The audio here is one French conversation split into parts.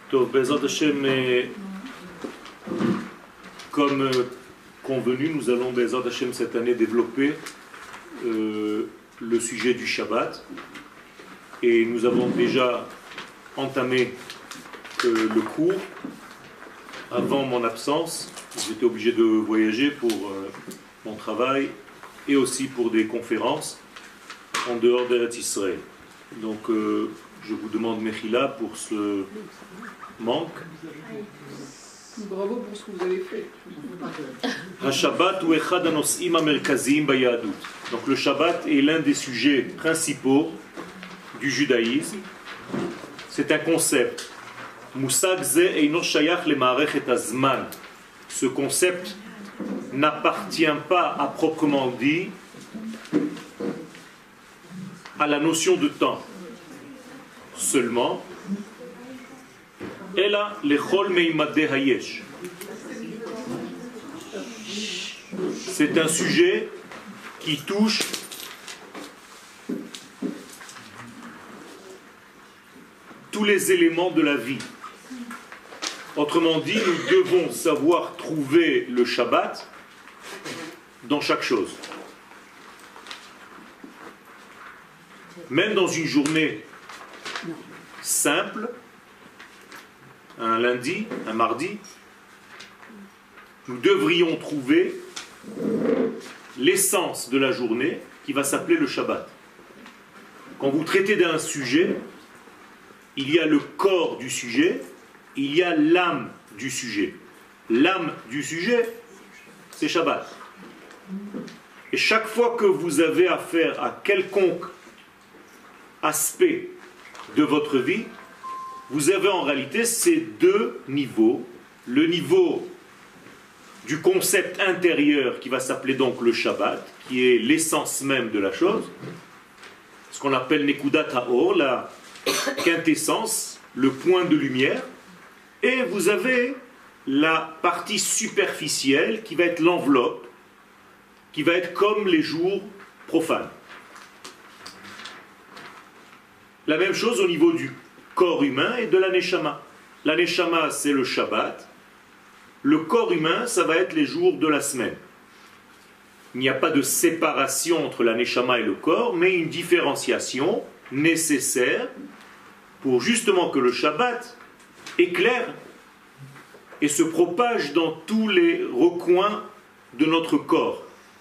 Tov, Bezrat Hashem, comme convenu, nous allons Bezrat Hashem cette année développer le sujet du Shabbat. Et nous avons déjà entamé le cours avant mon absence. J'étais obligé de voyager pour mon travail et aussi pour des conférences en dehors d'Eretz Israël. Donc je vous demande Mechila pour ce manque. Bravo pour ce que vous avez fait. HaShabbat ou Echad HaNos'im HaMerkazim BaYahadut. Donc le Shabbat est l'un des sujets principaux du judaïsme. C'est un concept. Musag ze eino shayach lema'arechet hazman. Ce concept n'appartient pas à proprement dit à la notion de temps seulement. Ela lechol meimade hayesh. C'est un sujet qui touche tous les éléments de la vie. Autrement dit, nous devons savoir trouver le Shabbat dans chaque chose. Même dans une journée simple, un lundi, un mardi, nous devrions trouver l'essence de la journée qui va s'appeler le Shabbat. Quand vous traitez d'un sujet, il y a le corps du sujet, il y a l'âme du sujet. L'âme du sujet, c'est Shabbat. Et chaque fois que vous avez affaire à quelconque aspect de votre vie, vous avez en réalité ces deux niveaux. Le niveau du concept intérieur qui va s'appeler donc le Shabbat, qui est l'essence même de la chose, ce qu'on appelle Nekudat Haor, la quintessence, le point de lumière, et vous avez la partie superficielle qui va être l'enveloppe, qui va être comme les jours profanes. La même chose au niveau du corps humain et de la Neshama. La Neshama, c'est le Shabbat. Le corps humain, ça va être les jours de la semaine. Il n'y a pas de séparation entre la Neshama et le corps, mais une différenciation nécessaire pour justement que le Shabbat éclaire et se propage dans tous les recoins de notre corps.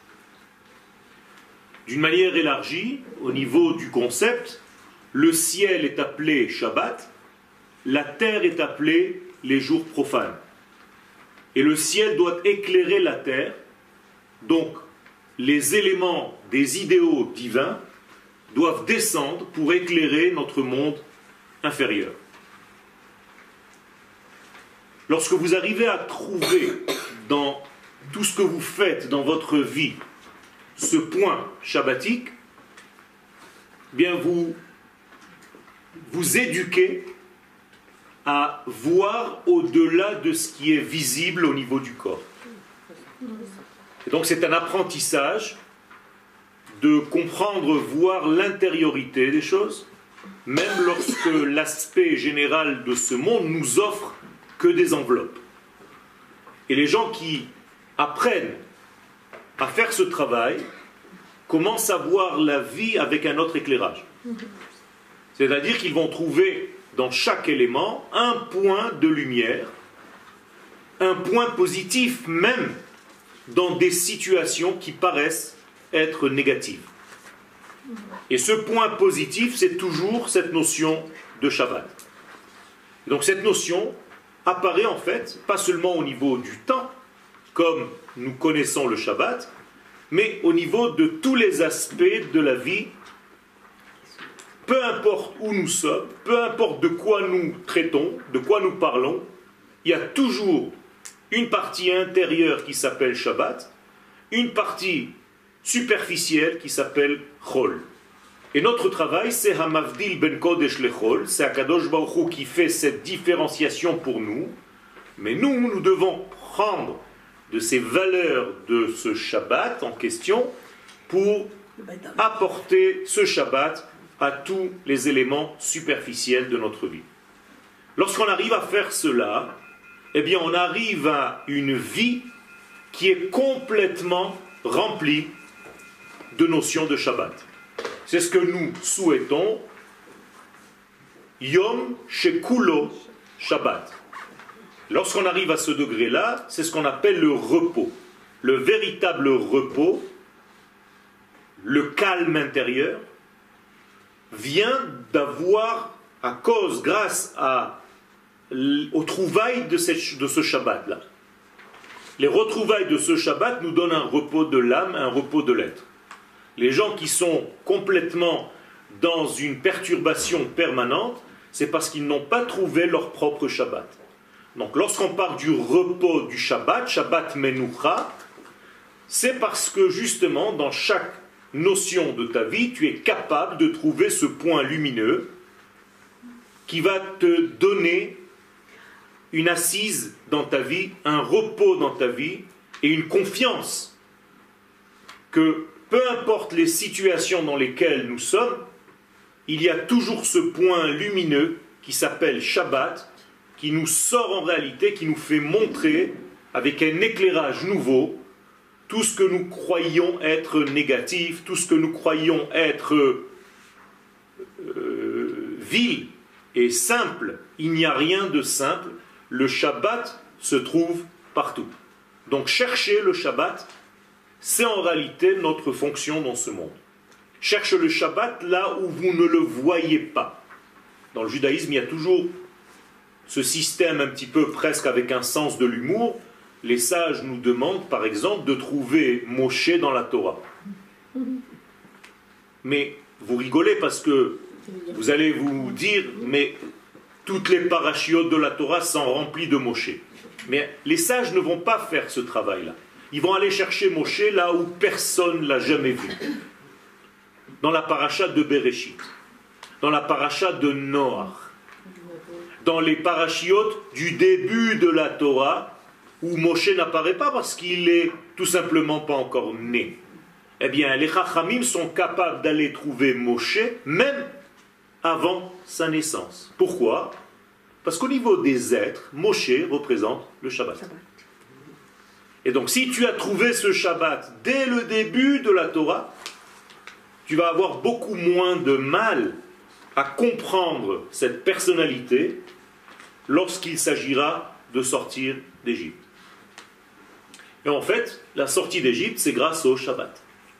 D'une manière élargie, au niveau du concept, le ciel est appelé Shabbat, la terre est appelée les jours profanes. Et le ciel doit éclairer la terre, donc les éléments des idéaux divins doivent descendre pour éclairer notre monde inférieur. Lorsque vous arrivez à trouver dans tout ce que vous faites dans votre vie ce point shabbatique, bien vous éduquez à voir au-delà de ce qui est visible au niveau du corps. Et donc c'est un apprentissage de comprendre, voir l'intériorité des choses, même lorsque l'aspect général de ce monde nous offre que des enveloppes. Et les gens qui apprennent à faire ce travail commencent à voir la vie avec un autre éclairage. C'est-à-dire qu'ils vont trouver dans chaque élément un point de lumière, un point positif même dans des situations qui paraissent être négatives. Et ce point positif, c'est toujours cette notion de Shabbat. Et donc cette notion apparaît en fait, pas seulement au niveau du temps, comme nous connaissons le Shabbat, mais au niveau de tous les aspects de la vie. Peu importe où nous sommes, peu importe de quoi nous traitons, de quoi nous parlons, il y a toujours une partie intérieure qui s'appelle Shabbat, une partie superficielle qui s'appelle Chol. Et notre travail, c'est Hamavdil ben Kodesh le Chol, c'est Akadosh Baruch Hu qui fait cette différenciation pour nous, mais nous devons prendre de ces valeurs de ce Shabbat en question pour apporter ce Shabbat à tous les éléments superficiels de notre vie. Lorsqu'on arrive à faire cela, eh bien on arrive à une vie qui est complètement remplie de notions de Shabbat. C'est ce que nous souhaitons. Yom Shekulo Shabbat. Lorsqu'on arrive à ce degré-là, c'est ce qu'on appelle le repos. Le véritable repos, le calme intérieur, vient d'avoir, grâce aux trouvailles de ce Shabbat-là. Les retrouvailles de ce Shabbat nous donnent un repos de l'âme, un repos de l'être. Les gens qui sont complètement dans une perturbation permanente, c'est parce qu'ils n'ont pas trouvé leur propre Shabbat. Donc lorsqu'on parle du repos du Shabbat, Shabbat Menucha, c'est parce que justement dans chaque notion de ta vie, tu es capable de trouver ce point lumineux qui va te donner une assise dans ta vie, un repos dans ta vie et une confiance que peu importe les situations dans lesquelles nous sommes, il y a toujours ce point lumineux qui s'appelle Shabbat, qui nous sort en réalité, qui nous fait montrer avec un éclairage nouveau tout ce que nous croyons être négatif, tout ce que nous croyons être vil et simple. Il n'y a rien de simple. Le Shabbat se trouve partout. Donc chercher le Shabbat, c'est en réalité notre fonction dans ce monde. Cherche le Shabbat là où vous ne le voyez pas. Dans le judaïsme, il y a toujours ce système un petit peu presque avec un sens de l'humour. Les sages nous demandent par exemple de trouver Moshe dans la Torah. Mais vous rigolez parce que vous allez vous dire, mais toutes les parachiotes de la Torah sont remplies de Moshe. Mais les sages ne vont pas faire ce travail-là. Ils vont aller chercher Moshe là où personne ne l'a jamais vu. Dans la paracha de Bereshit, dans la paracha de Noach, dans les parachiotes du début de la Torah, où Moshe n'apparaît pas parce qu'il est tout simplement pas encore né. Eh bien, les Chachamim sont capables d'aller trouver Moshe même avant sa naissance. Pourquoi? Parce qu'au niveau des êtres, Moshe représente le Shabbat. Et donc, si tu as trouvé ce Shabbat dès le début de la Torah, tu vas avoir beaucoup moins de mal à comprendre cette personnalité lorsqu'il s'agira de sortir d'Égypte. Et en fait, la sortie d'Égypte, c'est grâce au Shabbat.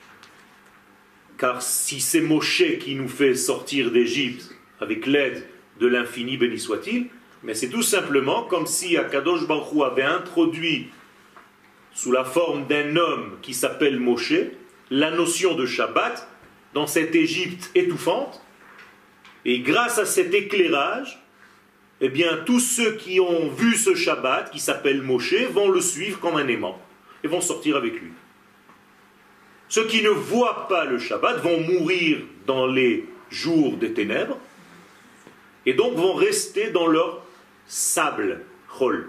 Car si c'est Moshe qui nous fait sortir d'Égypte avec l'aide de l'infini, béni soit-il, mais c'est tout simplement comme si Akadosh Baruch Hu avait introduit sous la forme d'un homme qui s'appelle Moshe la notion de Shabbat dans cette Égypte étouffante, et grâce à cet éclairage, eh bien tous ceux qui ont vu ce Shabbat qui s'appelle Moshe vont le suivre comme un aimant et vont sortir avec lui. Ceux qui ne voient pas le Shabbat vont mourir dans les jours des ténèbres et donc vont rester dans leur sable, chol.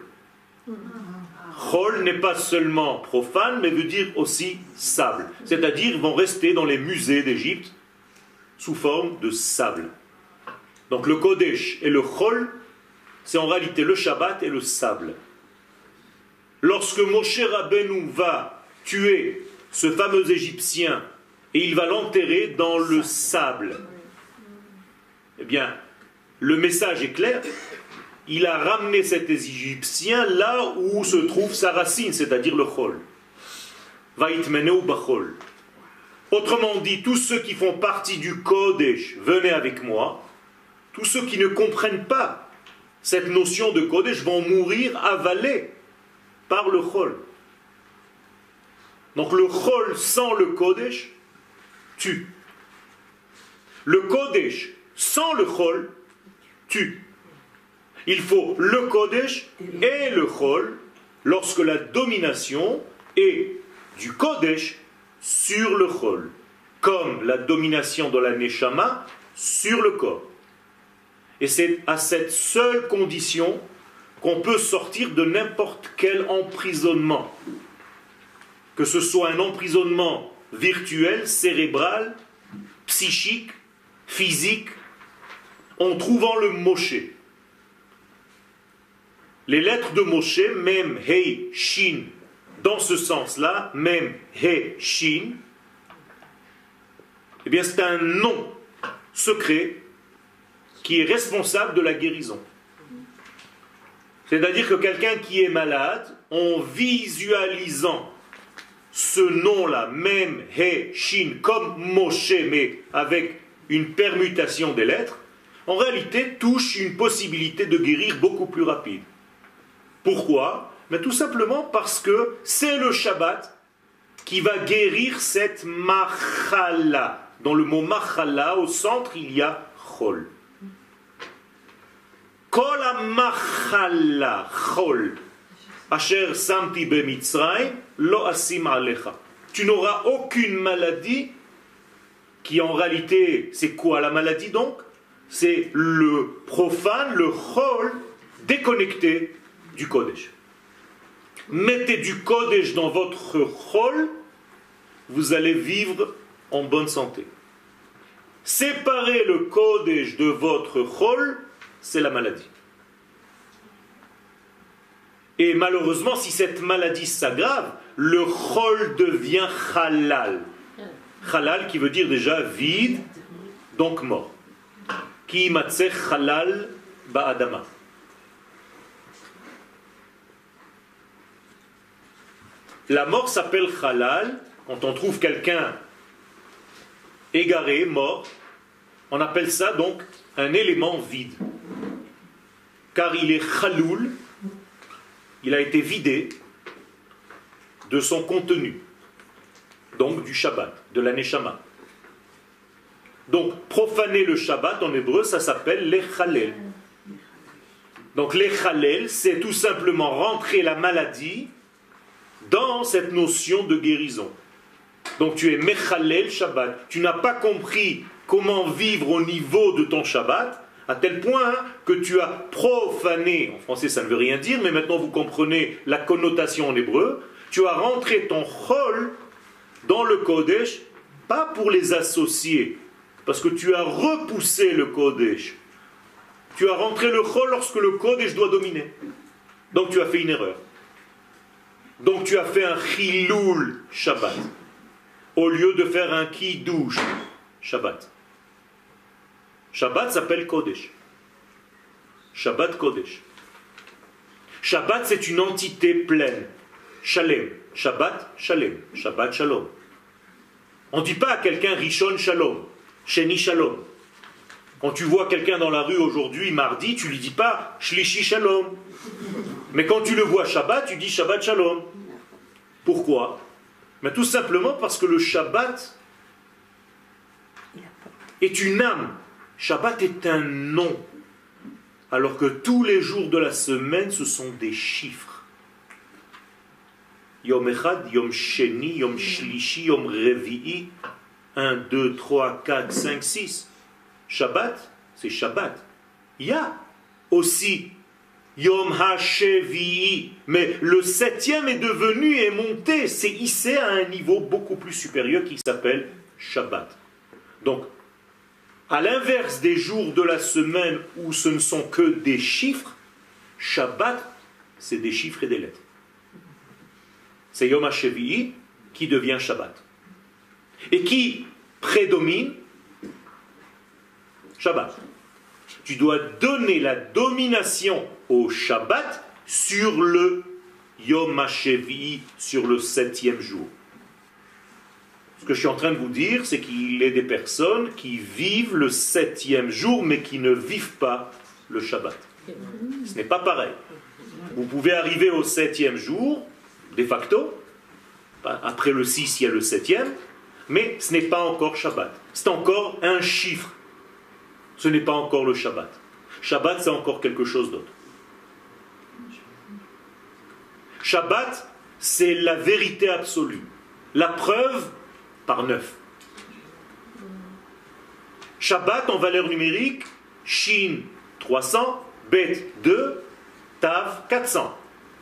Chol n'est pas seulement profane, mais veut dire aussi sable. C'est-à-dire, ils vont rester dans les musées d'Égypte sous forme de sable. Donc le Kodesh et le Chol, c'est en réalité le Shabbat et le sable. Lorsque Moshe Rabbeinu va tuer ce fameux Égyptien et il va l'enterrer dans le sable, eh bien, le message est clair. Il a ramené cet Égyptien là où se trouve sa racine, c'est-à-dire le Chol. Vaitmeneu bachol. Autrement dit, tous ceux qui font partie du Kodesh, venez avec moi. Tous ceux qui ne comprennent pas cette notion de Kodesh vont mourir avalés par le Chol. Donc le Chol sans le Kodesh tue. Le Kodesh sans le Chol tue. Il faut le Kodesh et le Chol lorsque la domination est du Kodesh sur le Chol, comme la domination de la Neshama sur le corps. Et c'est à cette seule condition qu'on peut sortir de n'importe quel emprisonnement. Que ce soit un emprisonnement virtuel, cérébral, psychique, physique, en trouvant le Moshe. Les lettres de Moshe, Mem, Hei, Shin, dans ce sens-là, Mem, Hei, Shin, eh bien c'est un nom secret qui est responsable de la guérison. C'est-à-dire que quelqu'un qui est malade, en visualisant ce nom-là, Mem, He, Shin, comme Moshe, mais avec une permutation des lettres, en réalité touche une possibilité de guérir beaucoup plus rapide. Pourquoi? Mais tout simplement parce que c'est le Shabbat qui va guérir cette machala. Dans le mot machala, au centre, il y a chol. Kol ha-machala chol asher samti bemitzrayim lo asim alecha. Tu n'auras aucune maladie qui en réalité, c'est quoi la maladie donc? C'est le profane, le chol déconnecté du Kodesh. Mettez du Kodesh dans votre chol, vous allez vivre en bonne santé. Séparez le Kodesh de votre chol, c'est la maladie. Et malheureusement, si cette maladie s'aggrave, le chol devient halal. Halal qui veut dire déjà vide, donc mort. Ki matzeh halal ba'adama. La mort s'appelle halal quand on trouve quelqu'un égaré, mort. On appelle ça donc un élément vide. Car il est chaloul, il a été vidé de son contenu, donc du Shabbat, de la Neshama. Donc profaner le Shabbat en hébreu, ça s'appelle l'echalel. Donc l'echalel, c'est tout simplement rentrer la maladie dans cette notion de guérison. Donc tu es mechalel Shabbat. Tu n'as pas compris comment vivre au niveau de ton Shabbat, à tel point que tu as profané, en français ça ne veut rien dire, mais maintenant vous comprenez la connotation en hébreu, tu as rentré ton chol dans le Kodesh, pas pour les associer, parce que tu as repoussé le Kodesh. Tu as rentré le chol lorsque le Kodesh doit dominer. Donc tu as fait une erreur. Donc tu as fait un chiloul Shabbat, au lieu de faire un kiddush Shabbat. Shabbat s'appelle Kodesh. Shabbat Kodesh. Shabbat c'est une entité pleine. Shalem. Shabbat Shalem. Shabbat Shalom. On ne dit pas à quelqu'un Rishon Shalom, Sheni Shalom. Quand tu vois quelqu'un dans la rue aujourd'hui, mardi, tu ne lui dis pas Shlishi Shalom. Mais quand tu le vois Shabbat, tu dis Shabbat Shalom. Pourquoi? Mais tout simplement parce que le Shabbat est une âme. Shabbat est un nom. Alors que tous les jours de la semaine, ce sont des chiffres. Yom Echad, Yom Sheni, Yom Shlishi, Yom Revi'i. 1, 2, 3, 4, 5, 6. Shabbat, c'est Shabbat. Il y a aussi Yom HaShevi'i. Mais le 7e est devenu, est monté, c'est hissé à un niveau beaucoup plus supérieur qui s'appelle Shabbat. Donc, à l'inverse des jours de la semaine où ce ne sont que des chiffres, Shabbat, c'est des chiffres et des lettres. C'est Yom HaShevi'i qui devient Shabbat. Et qui prédomine? Shabbat. Tu dois donner la domination au Shabbat sur le Yom HaShevi'i, sur le 7e jour. Ce que je suis en train de vous dire, c'est qu'il y a des personnes qui vivent le 7e jour, mais qui ne vivent pas le Shabbat. Ce n'est pas pareil. Vous pouvez arriver au 7e jour, de facto, après le 6, il y a le 7e, mais ce n'est pas encore Shabbat. C'est encore un chiffre. Ce n'est pas encore le Shabbat. Shabbat, c'est encore quelque chose d'autre. Shabbat, c'est la vérité absolue. La preuve par 9. Shabbat en valeur numérique, Shin 300, Bet 2, Tav 400.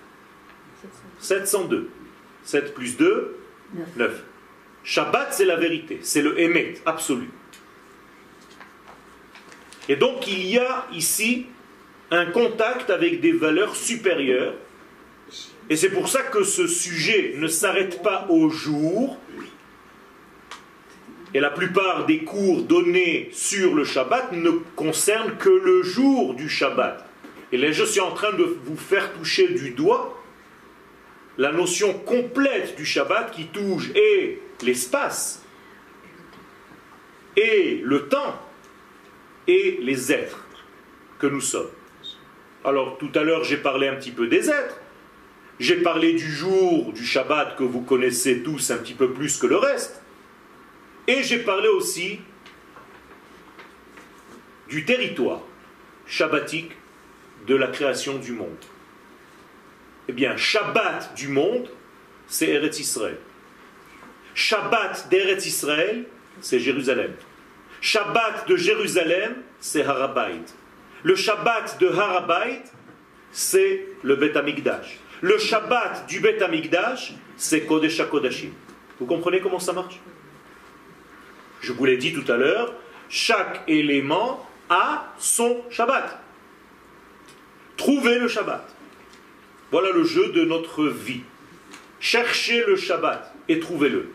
702. 7 plus 2, 9. Shabbat, c'est la vérité, c'est le Emet absolu. Et donc il y a ici un contact avec des valeurs supérieures. Et c'est pour ça que ce sujet ne s'arrête pas au jour. Et la plupart des cours donnés sur le Shabbat ne concernent que le jour du Shabbat. Et là, je suis en train de vous faire toucher du doigt la notion complète du Shabbat qui touche et l'espace, et le temps, et les êtres que nous sommes. Alors, tout à l'heure, j'ai parlé un petit peu des êtres. J'ai parlé du jour du Shabbat que vous connaissez tous un petit peu plus que le reste. Et j'ai parlé aussi du territoire shabbatique de la création du monde. Eh bien, Shabbat du monde, c'est Eretz Israël. Shabbat d'Eretz Israël, c'est Jérusalem. Shabbat de Jérusalem, c'est Harabayt. Le Shabbat de Harabayt, c'est le Beth Amikdash. Le Shabbat du Beth Amikdash, c'est Kodesh HaKodashim. Vous comprenez comment ça marche? Je vous l'ai dit tout à l'heure, chaque élément a son Shabbat. Trouvez le Shabbat. Voilà le jeu de notre vie. Cherchez le Shabbat et trouvez-le.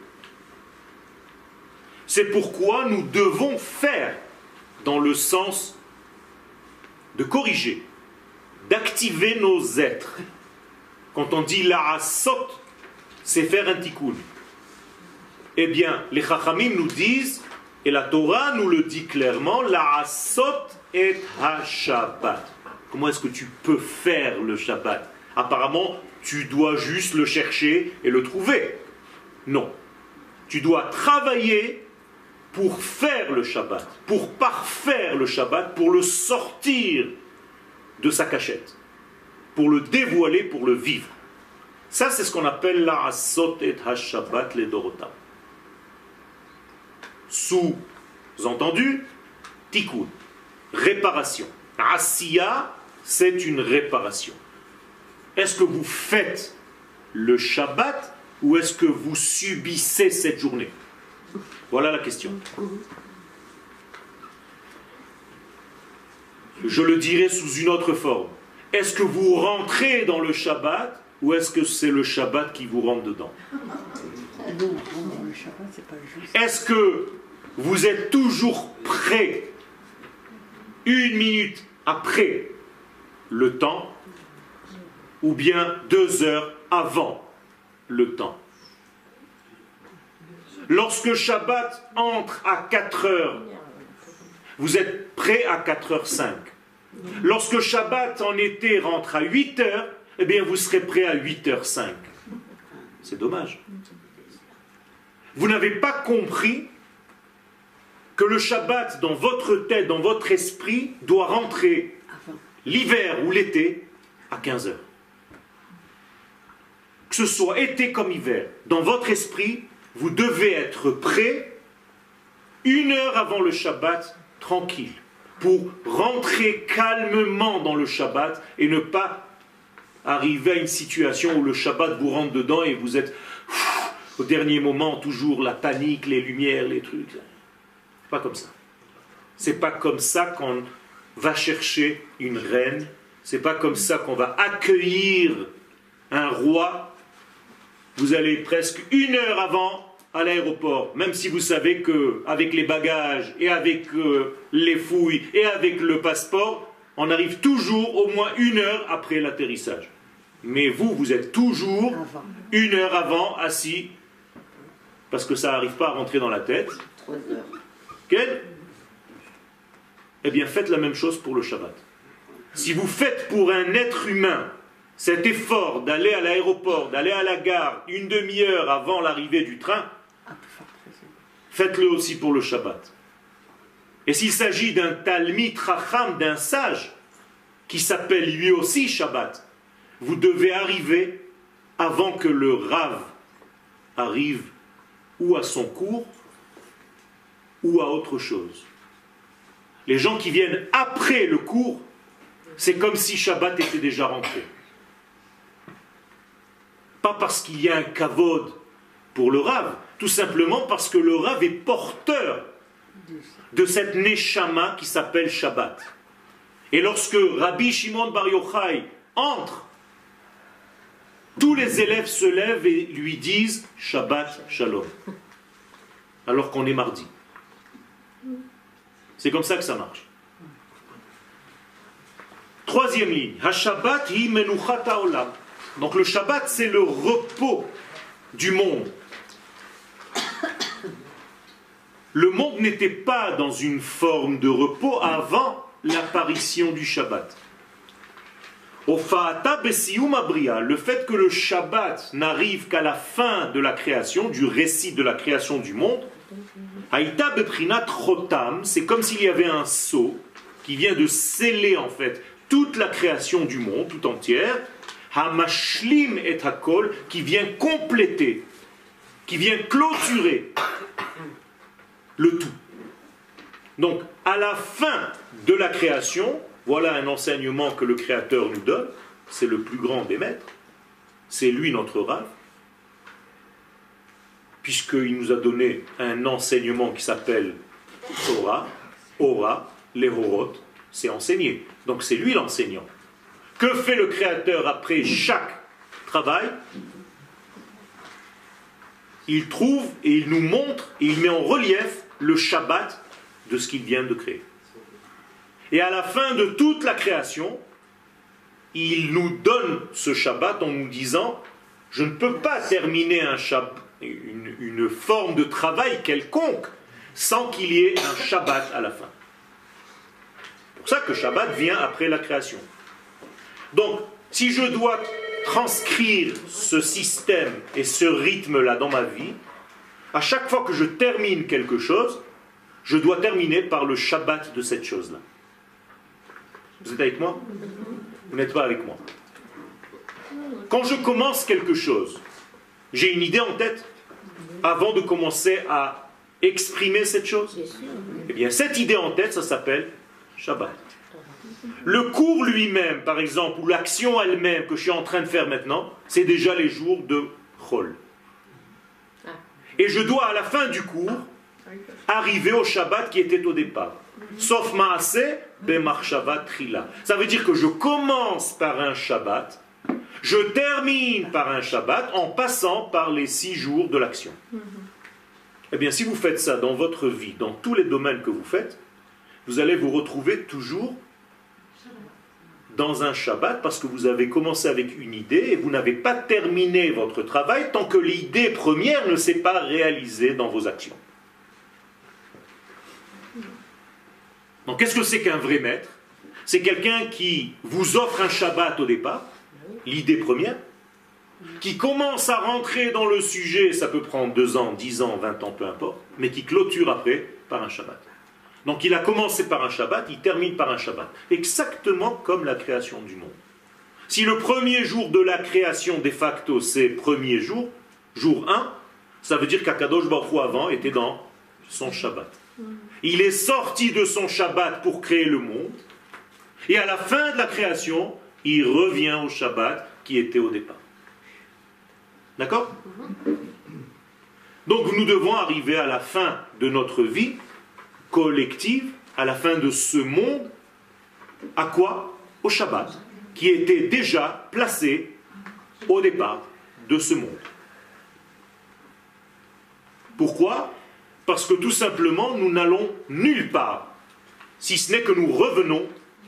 C'est pourquoi nous devons faire dans le sens de corriger, d'activer nos êtres. Quand on dit la'asot, c'est faire un tikkun. Eh bien, les Chachamim nous disent, et la Torah nous le dit clairement, la'asot et ha-Shabbat. Comment est-ce que tu peux faire le Shabbat? Apparemment, tu dois juste le chercher et le trouver. Non. Tu dois travailler pour faire le Shabbat, pour parfaire le Shabbat, pour le sortir de sa cachette, pour le dévoiler, pour le vivre. Ça, c'est ce qu'on appelle la'asot et ha-Shabbat les Dorotam. Sous-entendu, tikkun, réparation. Asiya, c'est une réparation. Est-ce que vous faites le Shabbat ou est-ce que vous subissez cette journée? Voilà la question. Je le dirai sous une autre forme. Est-ce que vous rentrez dans le Shabbat ou est-ce que c'est le Shabbat qui vous rentre dedans? Est-ce que vous êtes toujours prêt, une minute après le temps, ou bien 2 heures avant le temps? Lorsque Shabbat entre à 4 heures, vous êtes prêt à 4h05. Lorsque Shabbat en été rentre à 8 heures, eh bien vous serez prêt à 8h05. C'est dommage. Vous n'avez pas compris que le Shabbat dans votre tête, dans votre esprit, doit rentrer l'hiver ou l'été à 15 heures. Que ce soit été comme hiver, dans votre esprit, vous devez être prêt 1 heure avant le Shabbat, tranquille, pour rentrer calmement dans le Shabbat et ne pas arriver à une situation où le Shabbat vous rentre dedans et vous êtes au dernier moment, toujours la panique, les lumières, les trucs. Pas comme ça. C'est pas comme ça qu'on va chercher une reine. C'est pas comme ça qu'on va accueillir un roi. Vous allez presque 1 heure avant à l'aéroport, même si vous savez que avec les bagages et avec les fouilles et avec le passeport, on arrive toujours au moins 1 heure après l'atterrissage. Mais vous, vous êtes toujours 1 heure avant assis parce que ça n'arrive pas à rentrer dans la tête. 3 heures. Quel? Eh bien, faites la même chose pour le Shabbat. Si vous faites pour un être humain cet effort d'aller à l'aéroport, d'aller à la gare 1 demi-heure avant l'arrivée du train, faites-le aussi pour le Shabbat. Et s'il s'agit d'un Talmid Chacham, d'un sage, qui s'appelle lui aussi Shabbat, vous devez arriver avant que le Rav arrive ou à son cours, ou à autre chose. Les gens qui viennent après le cours, c'est comme si Shabbat était déjà rentré. Pas parce qu'il y a un kavod pour le Rav, tout simplement parce que le Rav est porteur de cette neshama qui s'appelle Shabbat. Et lorsque Rabbi Shimon Bar Yochai entre, tous les élèves se lèvent et lui disent Shabbat Shalom. Alors qu'on est mardi. C'est comme ça que ça marche. Troisième ligne. Ha-Shabbat hi menuchat haolam. Donc le Shabbat, c'est le repos du monde. Le monde n'était pas dans une forme de repos avant l'apparition du Shabbat. Le fait que le Shabbat n'arrive qu'à la fin de la création, du récit de la création du monde, c'est comme s'il y avait un sceau qui vient de sceller en fait toute la création du monde tout entière, Hamashlim et Hakol, qui vient compléter, qui vient clôturer le tout. Donc, à la fin de la création, voilà un enseignement que le Créateur nous donne, c'est le plus grand des maîtres, c'est lui notre Rav, puisqu'il nous a donné un enseignement qui s'appelle Torah, Ora, Lehorot, c'est enseigner. Donc c'est lui l'enseignant. Que fait le Créateur après chaque travail? Il trouve et il nous montre et il met en relief le Shabbat de ce qu'il vient de créer. Et à la fin de toute la création, il nous donne ce Shabbat en nous disant « Je ne peux pas terminer un Shabbat, une forme de travail quelconque sans qu'il y ait un Shabbat à la fin. » C'est pour ça que Shabbat vient après la création. Donc, si je dois transcrire ce système et ce rythme-là dans ma vie, à chaque fois que je termine quelque chose, je dois terminer par le Shabbat de cette chose-là. Vous êtes avec moi? Vous n'êtes pas avec moi. Quand je commence quelque chose, j'ai une idée en tête avant de commencer à exprimer cette chose. Eh bien, cette idée en tête, ça s'appelle Shabbat. Le cours lui-même, par exemple, ou l'action elle-même que je suis en train de faire maintenant, c'est déjà les jours de Chol. Et je dois, à la fin du cours, arriver au Shabbat qui était au départ. Sauf Maaseh b'machshava trila. Ça veut dire que je commence par un Shabbat, je termine par un Shabbat en passant par les 6 jours de l'action. Eh bien, si vous faites ça dans votre vie, dans tous les domaines que vous faites, vous allez vous retrouver toujours dans un Shabbat parce que vous avez commencé avec une idée et vous n'avez pas terminé votre travail tant que l'idée première ne s'est pas réalisée dans vos actions. Donc, qu'est-ce que c'est qu'un vrai maître? C'est quelqu'un qui vous offre un Shabbat au départ, l'idée première, qui commence à rentrer dans le sujet, ça peut prendre 2 ans, 10 ans, 20 ans, peu importe, mais qui clôture après par un Shabbat. Donc il a commencé par un Shabbat, il termine par un Shabbat. Exactement comme la création du monde. Si le premier jour de la création, de facto, c'est premier jour, jour 1, ça veut dire qu'Akadosh Baruch Hu avant était dans son Shabbat. Il est sorti de son Shabbat pour créer le monde, et à la fin de la création, il revient au Shabbat qui était au départ. D'accord? Donc nous devons arriver à la fin de notre vie collective, à la fin de ce monde, à quoi? Au Shabbat, qui était déjà placé au départ de ce monde. Pourquoi? Parce que tout simplement, nous n'allons nulle part, si ce n'est que nous revenons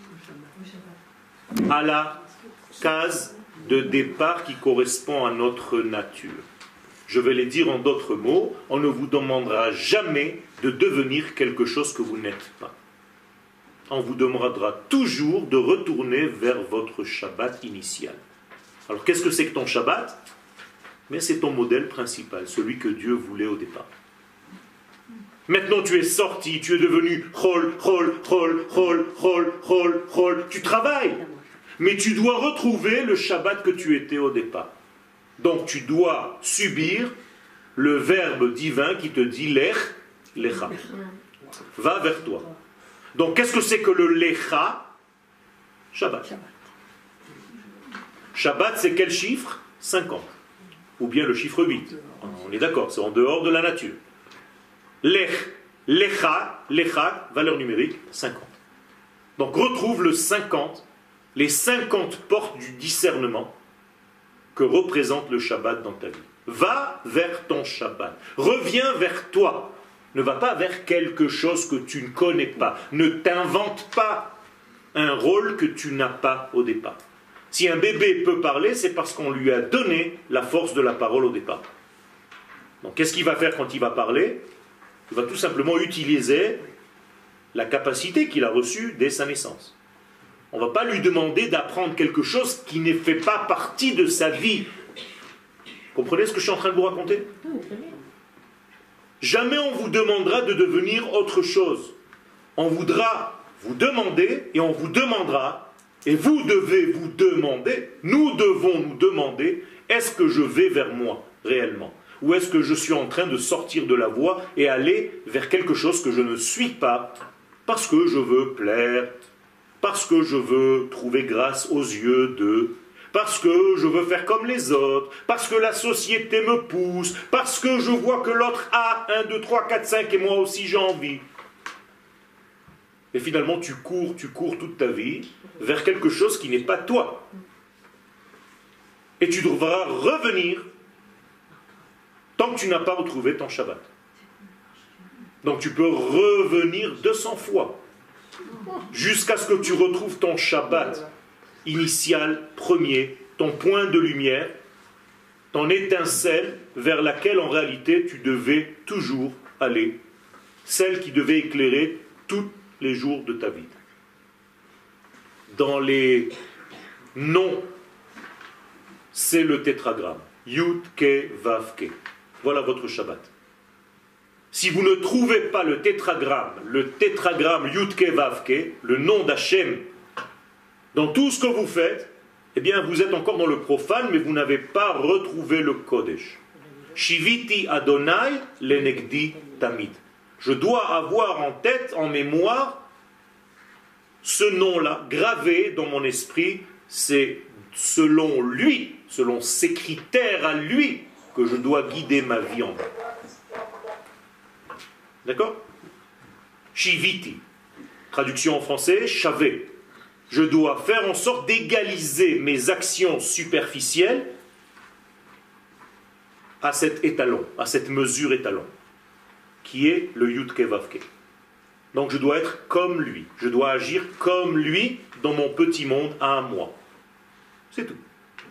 à la case de départ qui correspond à notre nature. Je vais les dire en d'autres mots, on ne vous demandera jamais de devenir quelque chose que vous n'êtes pas. On vous demandera toujours de retourner vers votre Shabbat initial. Alors qu'est-ce que c'est que ton Shabbat? Mais c'est ton modèle principal, celui que Dieu voulait au départ. Maintenant tu es sorti, tu es devenu Chol, Chol, Chol, Chol, Chol, Chol, Chol. Tu travailles, mais tu dois retrouver le Shabbat que tu étais au départ. Donc tu dois subir le verbe divin qui te dit Lech, Lecha. Va vers toi. Donc qu'est-ce que c'est que le Lecha? Shabbat. Shabbat, c'est quel chiffre? 50. Ou bien le chiffre 8. On est d'accord, c'est en dehors de la nature. Lech, Lecha, Lecha, valeur numérique, 50. Donc retrouve le 50, les 50 portes du discernement que représente le Shabbat dans ta vie. Va vers ton Shabbat. Reviens vers toi. Ne va pas vers quelque chose que tu ne connais pas. Ne t'invente pas un rôle que tu n'as pas au départ. Si un bébé peut parler, c'est parce qu'on lui a donné la force de la parole au départ. Donc qu'est-ce qu'il va faire quand il va parler? Il va tout simplement utiliser la capacité qu'il a reçue dès sa naissance. On ne va pas lui demander d'apprendre quelque chose qui ne fait pas partie de sa vie. Comprenez ce que je suis en train de vous raconter? Jamais on vous demandera de devenir autre chose. On voudra vous demander et on vous demandera, et vous devez vous demander, nous devons nous demander, est-ce que je vais vers moi réellement? Ou est-ce que je suis en train de sortir de la voie et aller vers quelque chose que je ne suis pas parce que je veux plaire, parce que je veux trouver grâce aux yeux d'eux, parce que je veux faire comme les autres, parce que la société me pousse, parce que je vois que l'autre a 1, 2, 3, 4, 5 et moi aussi j'ai envie. Et finalement tu cours toute ta vie vers quelque chose qui n'est pas toi. Et tu devras revenir tant que tu n'as pas retrouvé ton Shabbat. Donc tu peux revenir 200 fois jusqu'à ce que tu retrouves ton Shabbat initial, premier, ton point de lumière, ton étincelle vers laquelle en réalité tu devais toujours aller, celle qui devait éclairer tous les jours de ta vie. Dans les noms, c'est le tétragramme. Yud, Ke, Vav, Ke. Voilà votre Shabbat. Si vous ne trouvez pas le tétragramme Yud, Ke, Vav, Ke, le nom d'Hachem, dans tout ce que vous faites, eh bien vous êtes encore dans le profane, mais vous n'avez pas retrouvé le Kodesh. Shiviti Adonai lenegdi tamid. Je dois avoir en tête, en mémoire, ce nom-là, gravé dans mon esprit, c'est selon lui, selon ses critères à lui, que je dois guider ma vie en bas. D'accord? Shiviti. Traduction en français, chavé. Je dois faire en sorte d'égaliser mes actions superficielles à cet étalon, à cette mesure étalon, qui est le Yud Ke Vav Ke. Donc je dois être comme lui. Je dois agir comme lui dans mon petit monde à moi. C'est tout.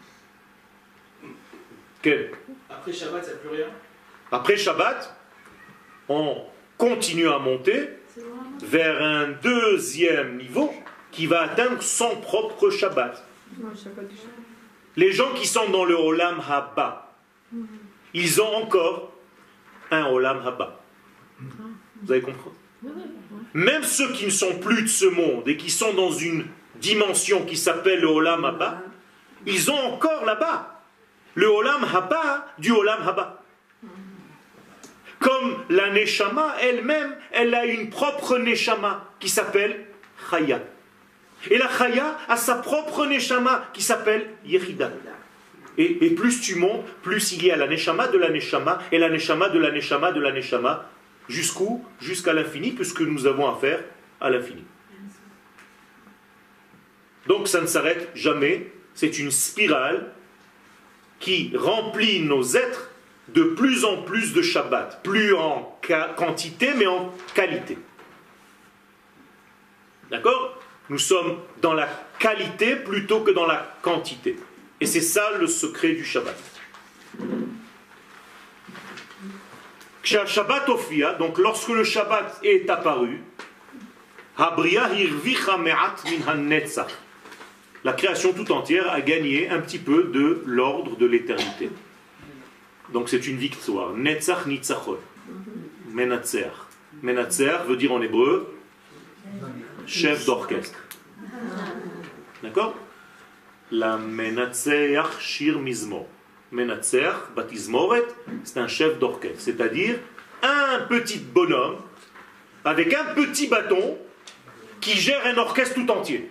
Quel? Après Shabbat, il n'y a plus rien. Après Shabbat, on continue à monter vers un deuxième niveau qui va atteindre son propre Shabbat. Les gens qui sont dans le Olam Haba, ils ont encore un Olam Haba. Vous avez compris? Même ceux qui ne sont plus de ce monde et qui sont dans une dimension qui s'appelle le Olam Haba, ils ont encore là-bas le Olam Haba du Olam Haba. Comme la Neshama elle-même, elle a une propre Neshama qui s'appelle Chaya. Et la Chaya a sa propre Neshama qui s'appelle Yechida. Et plus tu montes, plus il y a la Neshama de la Neshama, et la Neshama de la Neshama de la Neshama, jusqu'où? Jusqu'à l'infini, puisque nous avons affaire à l'infini. Donc ça ne s'arrête jamais, c'est une spirale qui remplit nos êtres de plus en plus de Shabbat, plus en quantité, mais en qualité. D'accord? Nous sommes dans la qualité plutôt que dans la quantité. Et c'est ça le secret du Shabbat. Shabbat Ophia, donc lorsque le Shabbat est apparu, la création tout entière a gagné un petit peu de l'ordre de l'éternité. Donc c'est une victoire. Netzach nitzachon. Menatzer. Menatzer veut dire en hébreu chef d'orchestre. D'accord? La Menatzer Shir Mizmor. Menatzer, Batizmoret, c'est un chef d'orchestre. C'est-à-dire un petit bonhomme avec un petit bâton qui gère un orchestre tout entier.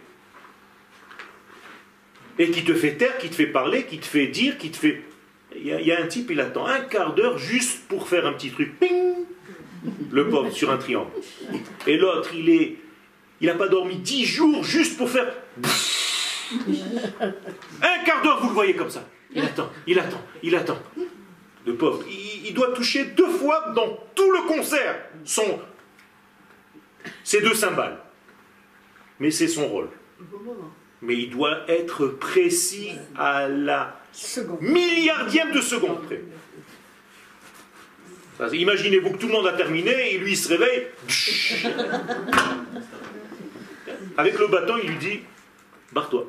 Et qui te fait taire, qui te fait parler, qui te fait dire, qui te fait... Il y a un type, il attend un quart d'heure juste pour faire un petit truc. Ping! Le pauvre, sur un triangle. Et l'autre, il est Il n'a pas dormi 10 jours juste pour faire... Un quart d'heure, vous le voyez comme ça. Il attend, il attend, il attend. Le pauvre, il doit toucher 2 fois dans tout le concert ces 2 cymbales. Mais c'est son rôle. Mais il doit être précis à la milliardième de seconde près. Imaginez-vous que tout le monde a terminé et lui il se réveille. Avec le bâton, il lui dit barre-toi.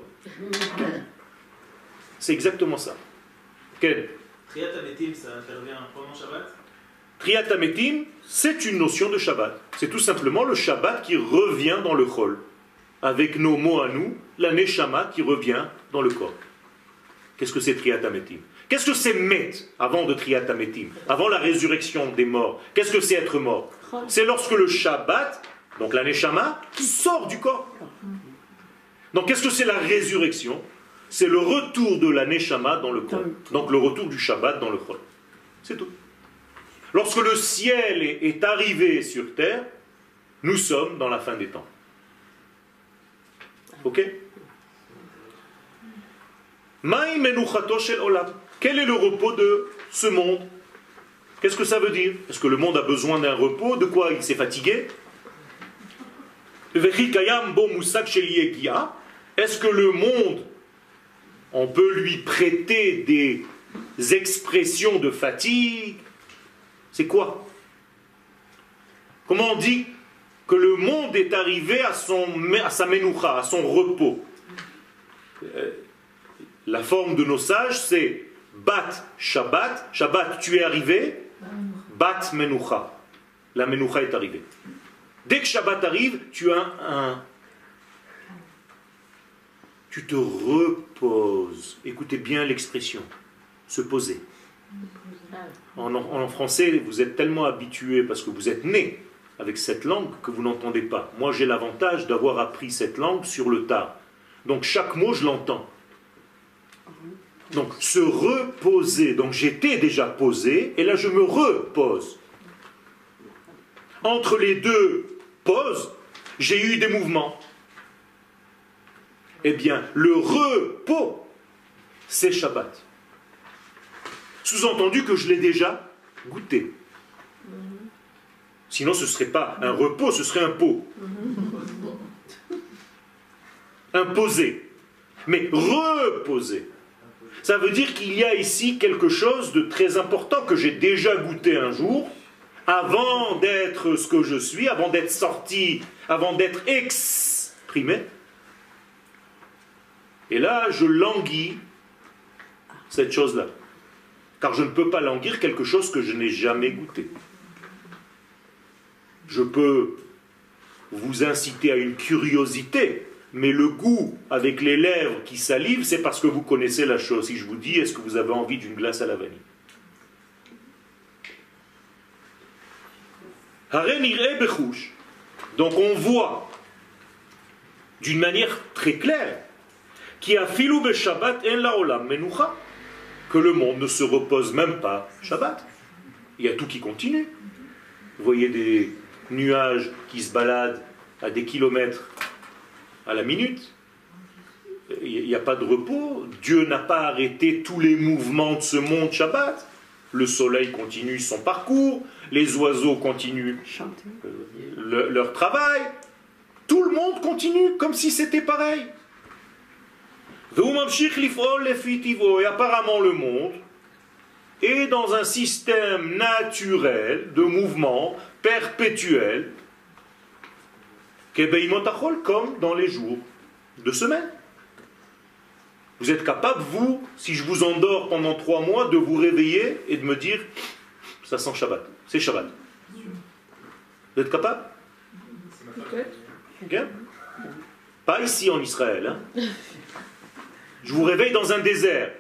C'est exactement ça. Quel? Triat Ametim, ça intervient pendant Shabbat? Triat Ametim, c'est une notion de Shabbat. C'est tout simplement le Shabbat qui revient dans le Chol. Avec nos mots à nous, la Neshama qui revient dans le corps. Qu'est-ce que c'est Triat Ametim? Qu'est-ce que c'est Met avant de Triat Ametim? Avant la résurrection des morts. Qu'est-ce que c'est être mort? C'est lorsque le Shabbat, donc la Neshama, sort du corps. Donc qu'est-ce que c'est la résurrection? C'est le retour de la Neshama dans le corps. Donc le retour du Shabbat dans le Chol. C'est tout. Lorsque le ciel est arrivé sur terre, nous sommes dans la fin des temps. Ok? Maï menuchato shel olam. Quel est le repos de ce monde? Qu'est-ce que ça veut dire? Est-ce que le monde a besoin d'un repos? De quoi? Il s'est fatigué? Est-ce que le monde, on peut lui prêter des expressions de fatigue? C'est quoi? Comment on dit que le monde est arrivé à sa menoucha, à son repos? La forme de nos sages, c'est Bat Shabbat. Shabbat, tu es arrivé. Bat Menoucha. La Menoucha est arrivée. Dès que Shabbat arrive, tu te reposes. Écoutez bien l'expression. Se poser. En français, vous êtes tellement habitués parce que vous êtes nés avec cette langue que vous n'entendez pas. Moi, j'ai l'avantage d'avoir appris cette langue sur le tard. Donc chaque mot, je l'entends. Donc se reposer. Donc j'étais déjà posé et là je me repose. Entre les 2 pauses, j'ai eu des mouvements. Eh bien, le repos, c'est Shabbat. Sous-entendu que je l'ai déjà goûté. Sinon ce ne serait pas un repos, ce serait un pot. Imposé. Mais reposer. Ça veut dire qu'il y a ici quelque chose de très important que j'ai déjà goûté un jour, avant d'être ce que je suis, avant d'être sorti, avant d'être exprimé. Et là, je languis cette chose-là. Car je ne peux pas languir quelque chose que je n'ai jamais goûté. Je peux vous inciter à une curiosité, mais le goût avec les lèvres qui salivent, c'est parce que vous connaissez la chose. Si je vous dis, est-ce que vous avez envie d'une glace à la vanille? Donc on voit d'une manière très claire que le monde ne se repose même pas Shabbat. Il y a tout qui continue. Vous voyez des nuages qui se baladent à des kilomètres à la minute. Il n'y a pas de repos. Dieu n'a pas arrêté tous les mouvements de ce monde Shabbat. Le soleil continue son parcours, les oiseaux continuent leur travail. Tout le monde continue comme si c'était pareil. Et apparemment le monde est dans un système naturel de mouvement perpétuel, comme dans les jours de semaine. Vous êtes capable, vous, si je vous endors pendant 3 mois, de vous réveiller et de me dire ça sent Shabbat, c'est Shabbat. Vous êtes capable? Okay. Pas ici en Israël. Hein. Je vous réveille dans un désert.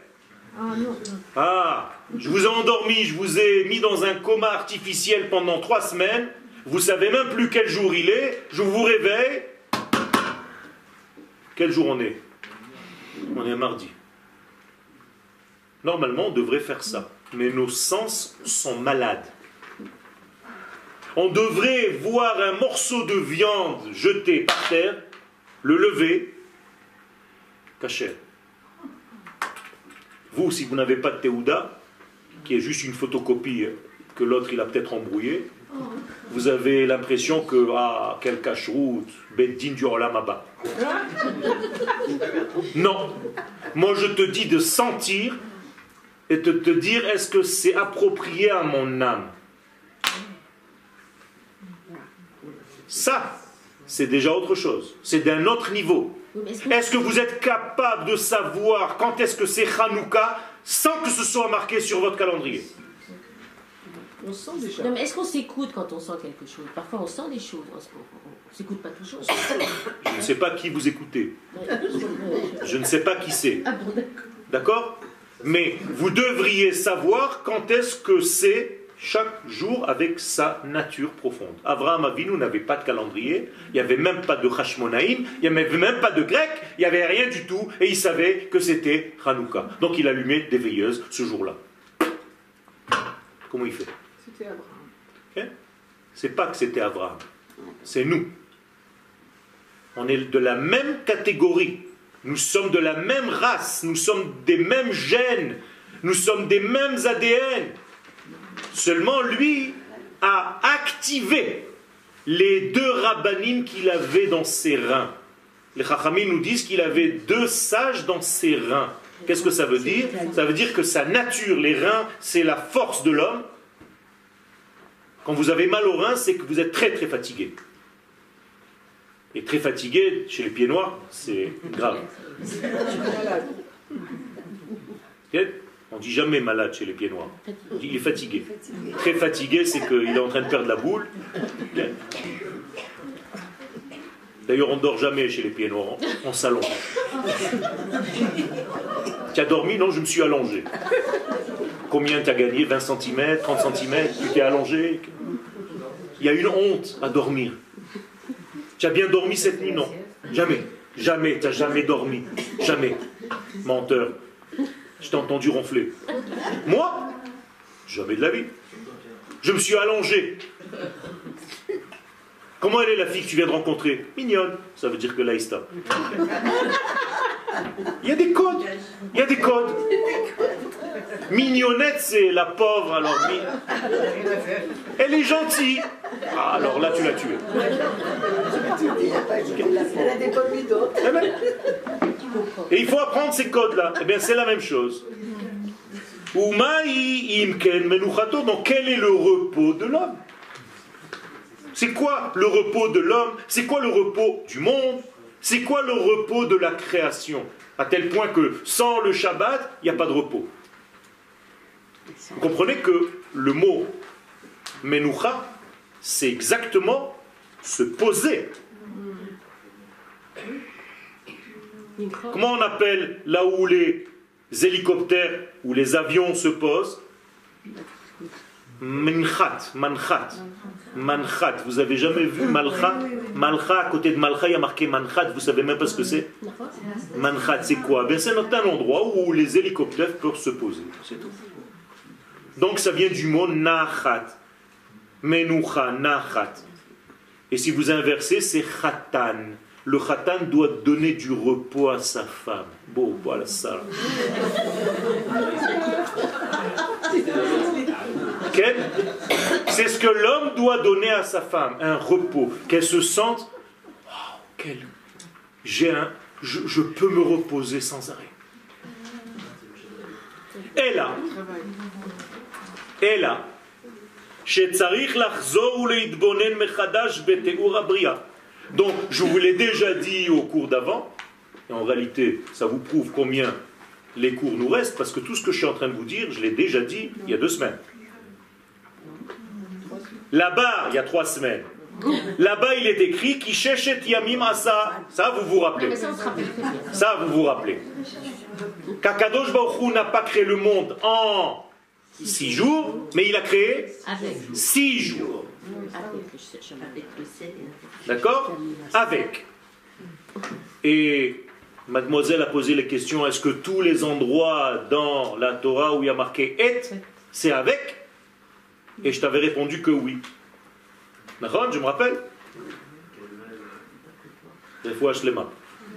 Je vous ai endormi, je vous ai mis dans un coma artificiel pendant 3 semaines. Vous ne savez même plus quel jour il est. Je vous réveille. Quel jour on est? On est mardi. Normalement, on devrait faire ça. Mais nos sens sont malades. On devrait voir un morceau de viande jeté par terre, le lever, caché. Vous, si vous n'avez pas de Théouda, qui est juste une photocopie que l'autre il a peut-être embrouillée, vous avez l'impression que, ah, quel cache-route, Beddin du Olam Haba. Non. Moi, je te dis de sentir et de te dire, est-ce que c'est approprié à mon âme? Ça, c'est déjà autre chose. C'est d'un autre niveau. Est-ce que vous êtes capable de savoir quand est-ce que c'est Hanouka sans que ce soit marqué sur votre calendrier? On sent déjà. Non, mais est-ce qu'on s'écoute quand on sent quelque chose? Parfois on sent des choses, on ne s'écoute pas toujours. Je ne sais pas qui vous écoutez. Je ne sais pas qui c'est. D'accord? Mais vous devriez savoir quand est-ce que c'est chaque jour avec sa nature profonde. Avraham Avinu n'avait pas de calendrier, il n'y avait même pas de Hashmonaïm, il n'y avait même pas de grec, il n'y avait rien du tout, et il savait que c'était Hanouka. Donc il allumait des veilleuses ce jour-là. Comment il fait? C'était Abraham. Okay? C'est pas que c'était Abraham, c'est nous. On est de la même catégorie, nous sommes de la même race, nous sommes des mêmes gènes, nous sommes des mêmes ADN. Seulement lui a activé les deux rabbanim qu'il avait dans ses reins. Les chachamim nous disent qu'il avait 2 sages dans ses reins. Qu'est-ce que ça veut dire? Ça veut dire que sa nature, les reins, c'est la force de l'homme. Quand vous avez mal aux reins, c'est que vous êtes très très fatigué. Et très fatigué, chez les pieds noirs, c'est grave. Okay? On ne dit jamais malade chez les pieds noirs. On dit il est fatigué. Très fatigué, c'est qu'il est en train de perdre la boule. Okay? D'ailleurs, on ne dort jamais chez les pieds noirs. On s'allonge. Tu as dormi? Non, je me suis allongé. Combien tu as gagné? 20 cm, 30 cm? Tu t'es allongé? Il y a une honte à dormir. Tu as bien dormi cette nuit? Non. Jamais. Jamais. Tu n'as jamais dormi. Jamais. Menteur. Je t'ai entendu ronfler. Moi? Jamais de la vie. Je me suis allongé. Comment elle est la fille que tu viens de rencontrer? Mignonne. Ça veut dire que là, il stop. Il y a des codes. Il y a des codes. Mignonnette, c'est la pauvre. Alors, elle est gentille. Ah, alors là, tu l'as tuée. Elle a des bonnes nuits d'autres. Et il faut apprendre ces codes-là. Eh bien, c'est la même chose. Donc, quel est le repos de l'homme? C'est quoi le repos de l'homme? C'est quoi le repos du monde? C'est quoi le repos de la création? À tel point que sans le Shabbat, il n'y a pas de repos. Vous comprenez que le mot Menucha, c'est exactement se poser. Comment on appelle là où les hélicoptères ou les avions se posent? Manchat, manchat, manchat. Vous avez jamais vu Malcha? Malcha, à côté de Malcha, il y a marqué manchat. Vous savez même pas ce que c'est? Manchat, c'est quoi? Ben, c'est un endroit où les hélicoptères peuvent se poser. C'est tout. Donc ça vient du mot nachat. Menucha, nachat. Et si vous inversez, c'est khatan. Le khatan doit donner du repos à sa femme. Bon, voilà ça. Okay? C'est ce que l'homme doit donner à sa femme, un repos, qu'elle se sente, oh, je peux me reposer sans arrêt. Et là, donc, je vous l'ai déjà dit au cours d'avant, et en réalité, ça vous prouve combien les cours nous restent, parce que tout ce que je suis en train de vous dire, je l'ai déjà dit il y a 2 semaines. Là-bas, il y a 3 semaines. Là-bas, il est écrit qui Sheshet Yamim Asa. Ça, vous vous rappelez. Ça, vous vous rappelez. Qu'Akadosh Baruch Hu n'a pas créé le monde en 6 jours, mais il a créé 6 jours. D'accord? Avec. Et mademoiselle a posé les questions, est-ce que tous les endroits dans la Torah où il y a marqué et, c'est avec? Et je t'avais répondu que oui. Je me rappelle. Des fois, je l'ai mal.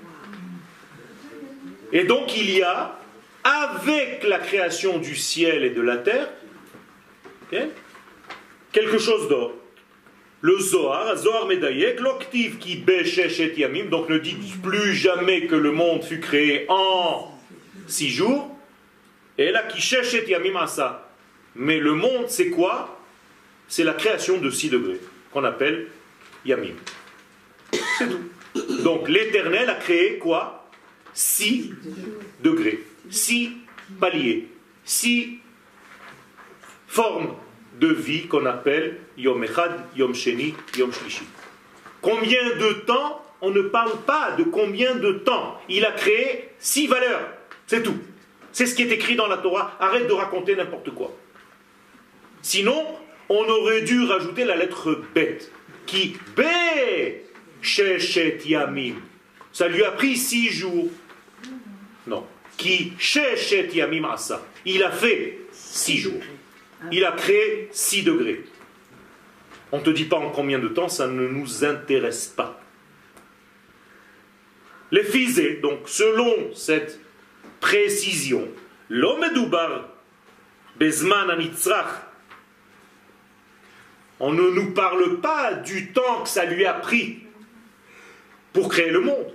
Et donc, il y a, avec la création du ciel et de la terre, okay, quelque chose d'autre. Le Zohar Medayek, l'octive qui Beshesh et Yamim, donc ne dit plus jamais que le monde fut créé en 6 jours, et là qui Shesh et Yamim Asa. Mais le monde, c'est quoi? C'est la création de 6 degrés, qu'on appelle Yamim. C'est tout. Donc l'Éternel a créé quoi? 6 degrés, 6 paliers, 6 formes de vie qu'on appelle Yom Echad, Yom Sheni, Yom Shlishi. Combien de temps? On ne parle pas de combien de temps. Il a créé 6 valeurs, c'est tout. C'est ce qui est écrit dans la Torah. Arrête de raconter n'importe quoi. Sinon, on aurait dû rajouter la lettre Bet, qui Bé Sheshet Yamim. Ça lui a pris 6 jours. Non. Qui Sheshet Yamim Asa. Il a fait 6 jours. Il a créé 6 degrés. On ne te dit pas en combien de temps, ça ne nous intéresse pas. Les physés, donc selon cette précision, l'homme doubar bezman anitzrach. On ne nous parle pas du temps que ça lui a pris pour créer le monde.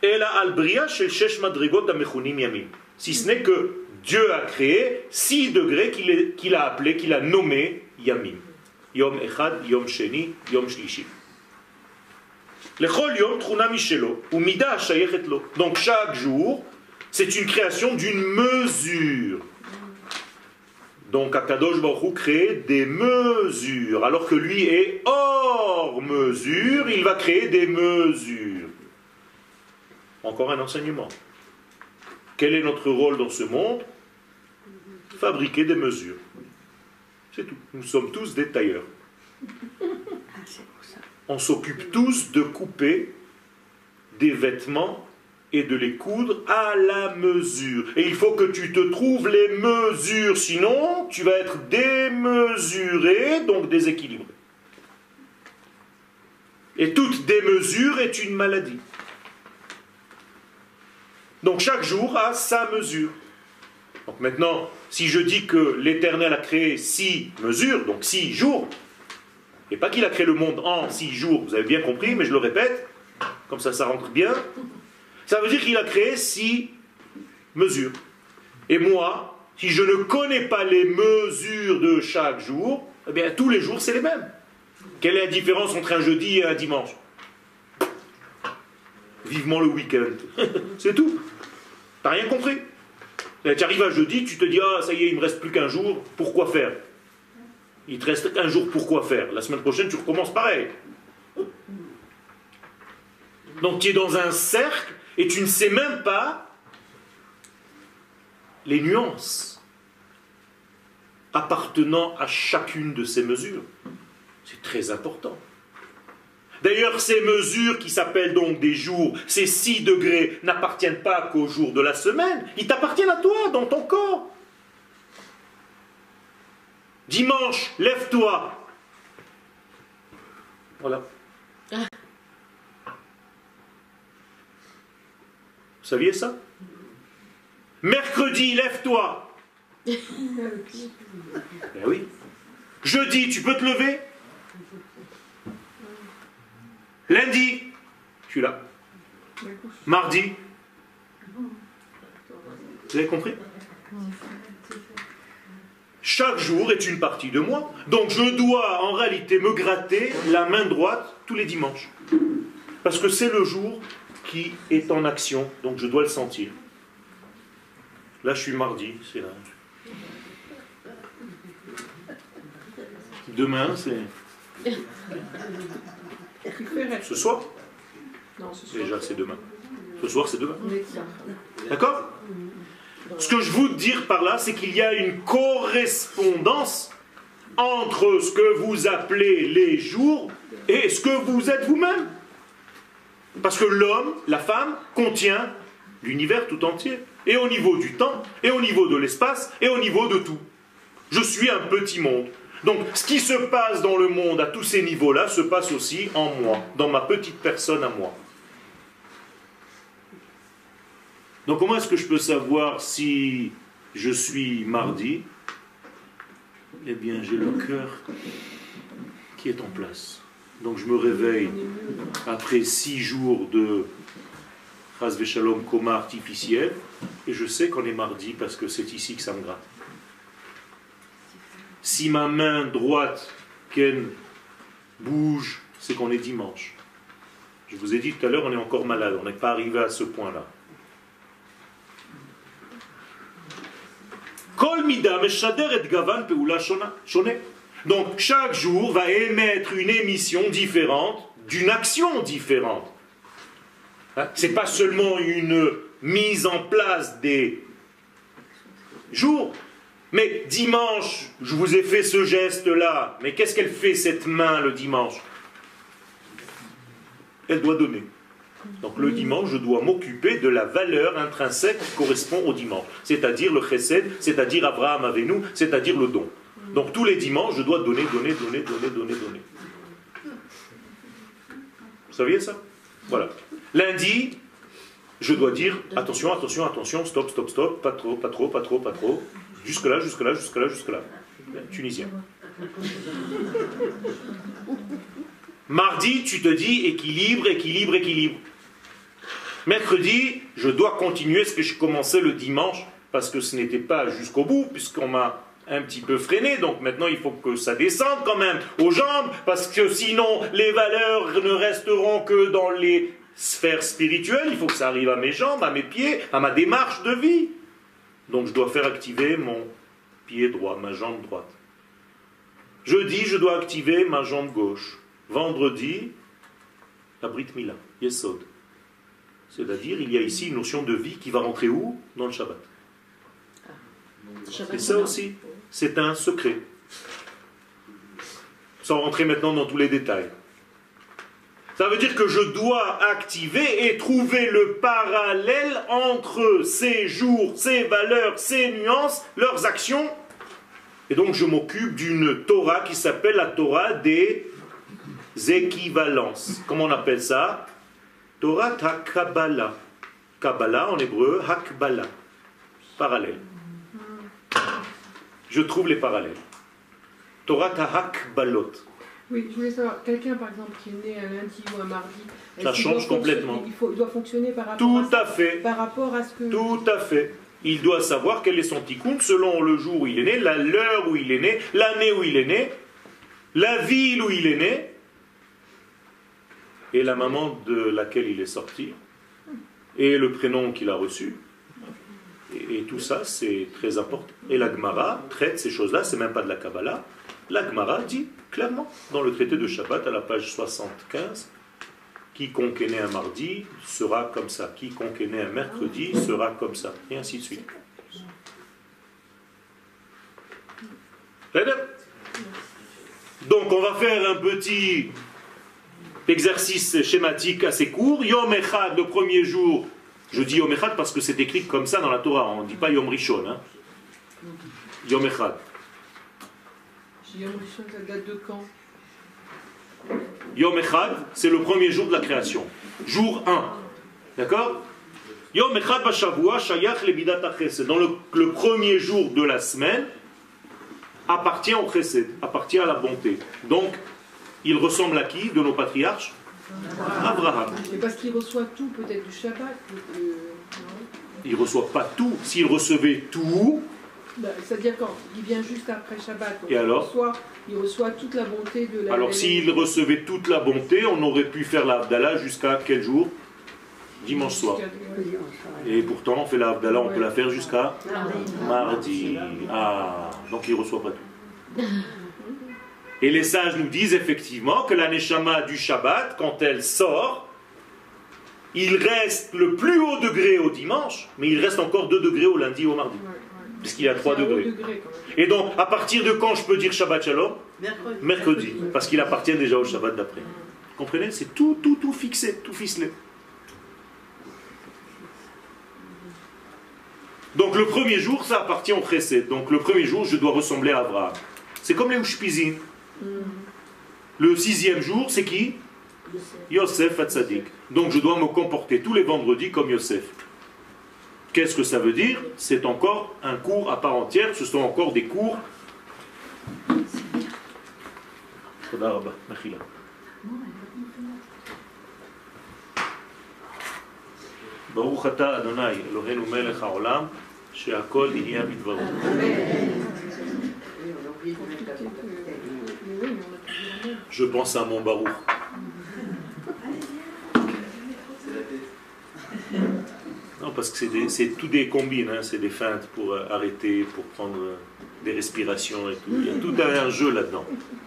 Si ce n'est que Dieu a créé 6 degrés qu'il a appelés, qu'il a nommés Yamim. Yom Echad, Yom Sheni, Yom Shlishi. Lechol Yom Truna Mishelo, ou Mida Shayechet Lo. Donc chaque jour, c'est une création d'une mesure. Donc Akadosh Baruch Hu crée des mesures, alors que lui est hors mesure, il va créer des mesures. Encore un enseignement. Quel est notre rôle dans ce monde? Fabriquer des mesures. C'est tout. Nous sommes tous des tailleurs. On s'occupe tous de couper des vêtements et de les coudre à la mesure. Et il faut que tu te trouves les mesures, sinon tu vas être démesuré, donc déséquilibré. Et toute démesure est une maladie. Donc chaque jour a sa mesure. Donc maintenant, si je dis que l'Éternel a créé 6 mesures, donc 6 jours, et pas qu'il a créé le monde en 6 jours, vous avez bien compris, mais je le répète, comme ça rentre bien, ça veut dire qu'il a créé 6 mesures. Et moi, si je ne connais pas les mesures de chaque jour, eh bien tous les jours c'est les mêmes. Quelle est la différence entre un jeudi et un dimanche? Vivement le week-end. C'est tout. T'as rien compris. Tu arrives à jeudi, tu te dis, ah ça y est, il me reste plus qu'un jour, pourquoi faire? Il te reste un jour, pourquoi faire? La semaine prochaine, tu recommences pareil. Donc tu es dans un cercle et tu ne sais même pas les nuances appartenant à chacune de ces mesures. C'est très important. D'ailleurs, ces mesures qui s'appellent donc des jours, ces 6 degrés, n'appartiennent pas qu'aux jours de la semaine. Ils t'appartiennent à toi, dans ton corps. Dimanche, lève-toi. Voilà. Vous saviez ça? Mercredi, lève-toi. Ben oui. Jeudi, tu peux te lever? Lundi, je suis là. Mardi. Vous avez compris? Chaque jour est une partie de moi. Donc je dois en réalité me gratter la main droite tous les dimanches. Parce que c'est le jour qui est en action. Donc je dois le sentir. Là je suis mardi, c'est là. Demain c'est... Ce soir? Non, ce soir. Déjà c'est demain. Ce soir c'est demain. D'accord? Ce que je veux dire par là, c'est qu'il y a une correspondance entre ce que vous appelez les jours et ce que vous êtes vous-même. Parce que l'homme, la femme, contient l'univers tout entier. Et au niveau du temps, et au niveau de l'espace, et au niveau de tout. Je suis un petit monde. Donc, ce qui se passe dans le monde à tous ces niveaux-là se passe aussi en moi, dans ma petite personne à moi. Donc, comment est-ce que je peux savoir si je suis mardi? Eh bien, j'ai le cœur qui est en place. Donc, je me réveille après 6 jours de Chas Veshalom coma artificiel, et je sais qu'on est mardi parce que c'est ici que ça me gratte. Si ma main droite, Ken, bouge, c'est qu'on est dimanche. Je vous ai dit tout à l'heure, on est encore malade, on n'est pas arrivé à ce point-là. Kol mida meshader et gavan peula shone. Donc chaque jour va émettre une émission différente, d'une action différente. C'est pas seulement une mise en place des jours. Mais dimanche, je vous ai fait ce geste-là. Mais qu'est-ce qu'elle fait cette main le dimanche? Elle doit donner. Donc le dimanche, je dois m'occuper de la valeur intrinsèque qui correspond au dimanche. C'est-à-dire le chesed, c'est-à-dire Abraham Avenu, c'est-à-dire le don. Donc tous les dimanches, je dois donner. Vous saviez ça? Voilà. Lundi, je dois dire attention, stop, pas trop. Jusque-là. Tunisien. Mardi, tu te dis équilibre. Mercredi, je dois continuer ce que je commençais le dimanche, parce que ce n'était pas jusqu'au bout, puisqu'on m'a un petit peu freiné, donc maintenant il faut que ça descende quand même aux jambes, parce que sinon les valeurs ne resteront que dans les sphères spirituelles, il faut que ça arrive à mes jambes, à mes pieds, à ma démarche de vie. Donc je dois faire activer mon pied droit, ma jambe droite. Jeudi, je dois activer ma jambe gauche. Vendredi, la Brit Mila, Yesod. C'est-à-dire, il y a ici une notion de vie qui va rentrer où? Dans le Shabbat. Et ça aussi, c'est un secret. Sans rentrer maintenant dans tous les détails. Ça veut dire que je dois activer et trouver le parallèle entre ces jours, ces valeurs, ces nuances, leurs actions. Et donc je m'occupe d'une Torah qui s'appelle la Torah des équivalences. Comment on appelle ça? Torah ha-Kabbalah. Kabbalah en hébreu, Hakbala. Parallèle. Je trouve les parallèles. Torah ha-Hakbalot. Oui, je voulais savoir, quelqu'un par exemple qui est né un lundi ou un mardi, ça change complètement. Il doit fonctionner par rapport Tout à fait. Par rapport à ce que... Tout à fait. Il doit savoir quel est son tikkun selon le jour où il est né, l'heure où il est né, l'année où il est né, la ville où il est né, et la maman de laquelle il est sorti, et le prénom qu'il a reçu. Et tout ça, c'est très important. Et la Gemara traite ces choses-là, c'est même pas de la Kabbalah. La Gemara dit clairement, dans le traité de Shabbat, à la page 75, quiconque est né un mardi sera comme ça, quiconque est né un mercredi sera comme ça, et ainsi de suite. Donc on va faire un petit exercice schématique assez court. Yom Echad, le premier jour, je dis Yom Echad parce que c'est écrit comme ça dans la Torah, on ne dit pas Yom Rishon. Hein. Yom Echad. Yom Rishon, ça date de quand? Yom Echad, c'est le premier jour de la création. Jour 1. D'accord? Yom Echad Bashavua Shayach Lebidat HaChesed. Dans le premier jour de la semaine, appartient au Chesed, appartient à la bonté. Donc, il ressemble à qui de nos patriarches? Abraham. Mais parce qu'il reçoit tout peut-être du Shabbat. Il ne reçoit pas tout. S'il recevait tout... C'est-à-dire quand il vient juste après Shabbat, et alors il reçoit toute la bonté de la... Alors s'il recevait toute la bonté, on aurait pu faire la Havdalah jusqu'à quel jour? Dimanche soir. Et pourtant, on fait la Havdalah, on peut la faire jusqu'à mardi. Ah, donc il ne reçoit pas tout. Et les sages nous disent effectivement que la Neshama du Shabbat, quand elle sort, il reste le plus haut degré au dimanche, mais il reste encore 2 degrés au lundi et au mardi. Puisqu'il y a 3 degrés. Et donc, à partir de quand je peux dire Shabbat Shalom? Mercredi. Parce qu'il appartient déjà au Shabbat d'après. Vous comprenez? C'est tout fixé, tout ficelé. Donc le premier jour, ça appartient au Chesed. Donc le premier jour, je dois ressembler à Abraham. C'est comme les Ushpizin. Le 6e jour, c'est qui? Yosef Hatzadik. Donc je dois me comporter tous les vendredis comme Yosef. Qu'est-ce que ça veut dire? C'est encore un cours à part entière, ce sont encore des cours. Baruch ata Adonai Eloheinu melech haolam she'akol nהיה בדברו. Je pense à mon Baruch. Non, parce que c'est tout des combines, hein, c'est des feintes pour arrêter, pour prendre des respirations et tout. Il y a tout un jeu là-dedans.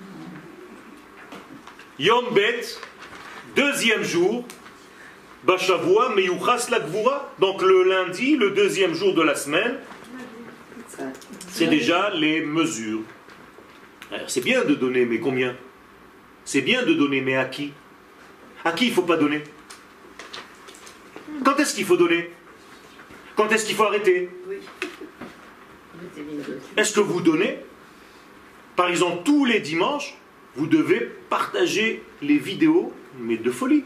Yom Bet, 2e jour, Bashavua, Meyuchas la Gvura. Donc le lundi, le 2e jour de la semaine, c'est déjà les mesures. Alors c'est bien de donner, mais combien? C'est bien de donner, mais à qui? À qui il ne faut pas donner? Quand est-ce qu'il faut donner? Quand est-ce qu'il faut arrêter? Est-ce que vous donnez? Par exemple, tous les dimanches, vous devez partager les vidéos, mais de folie.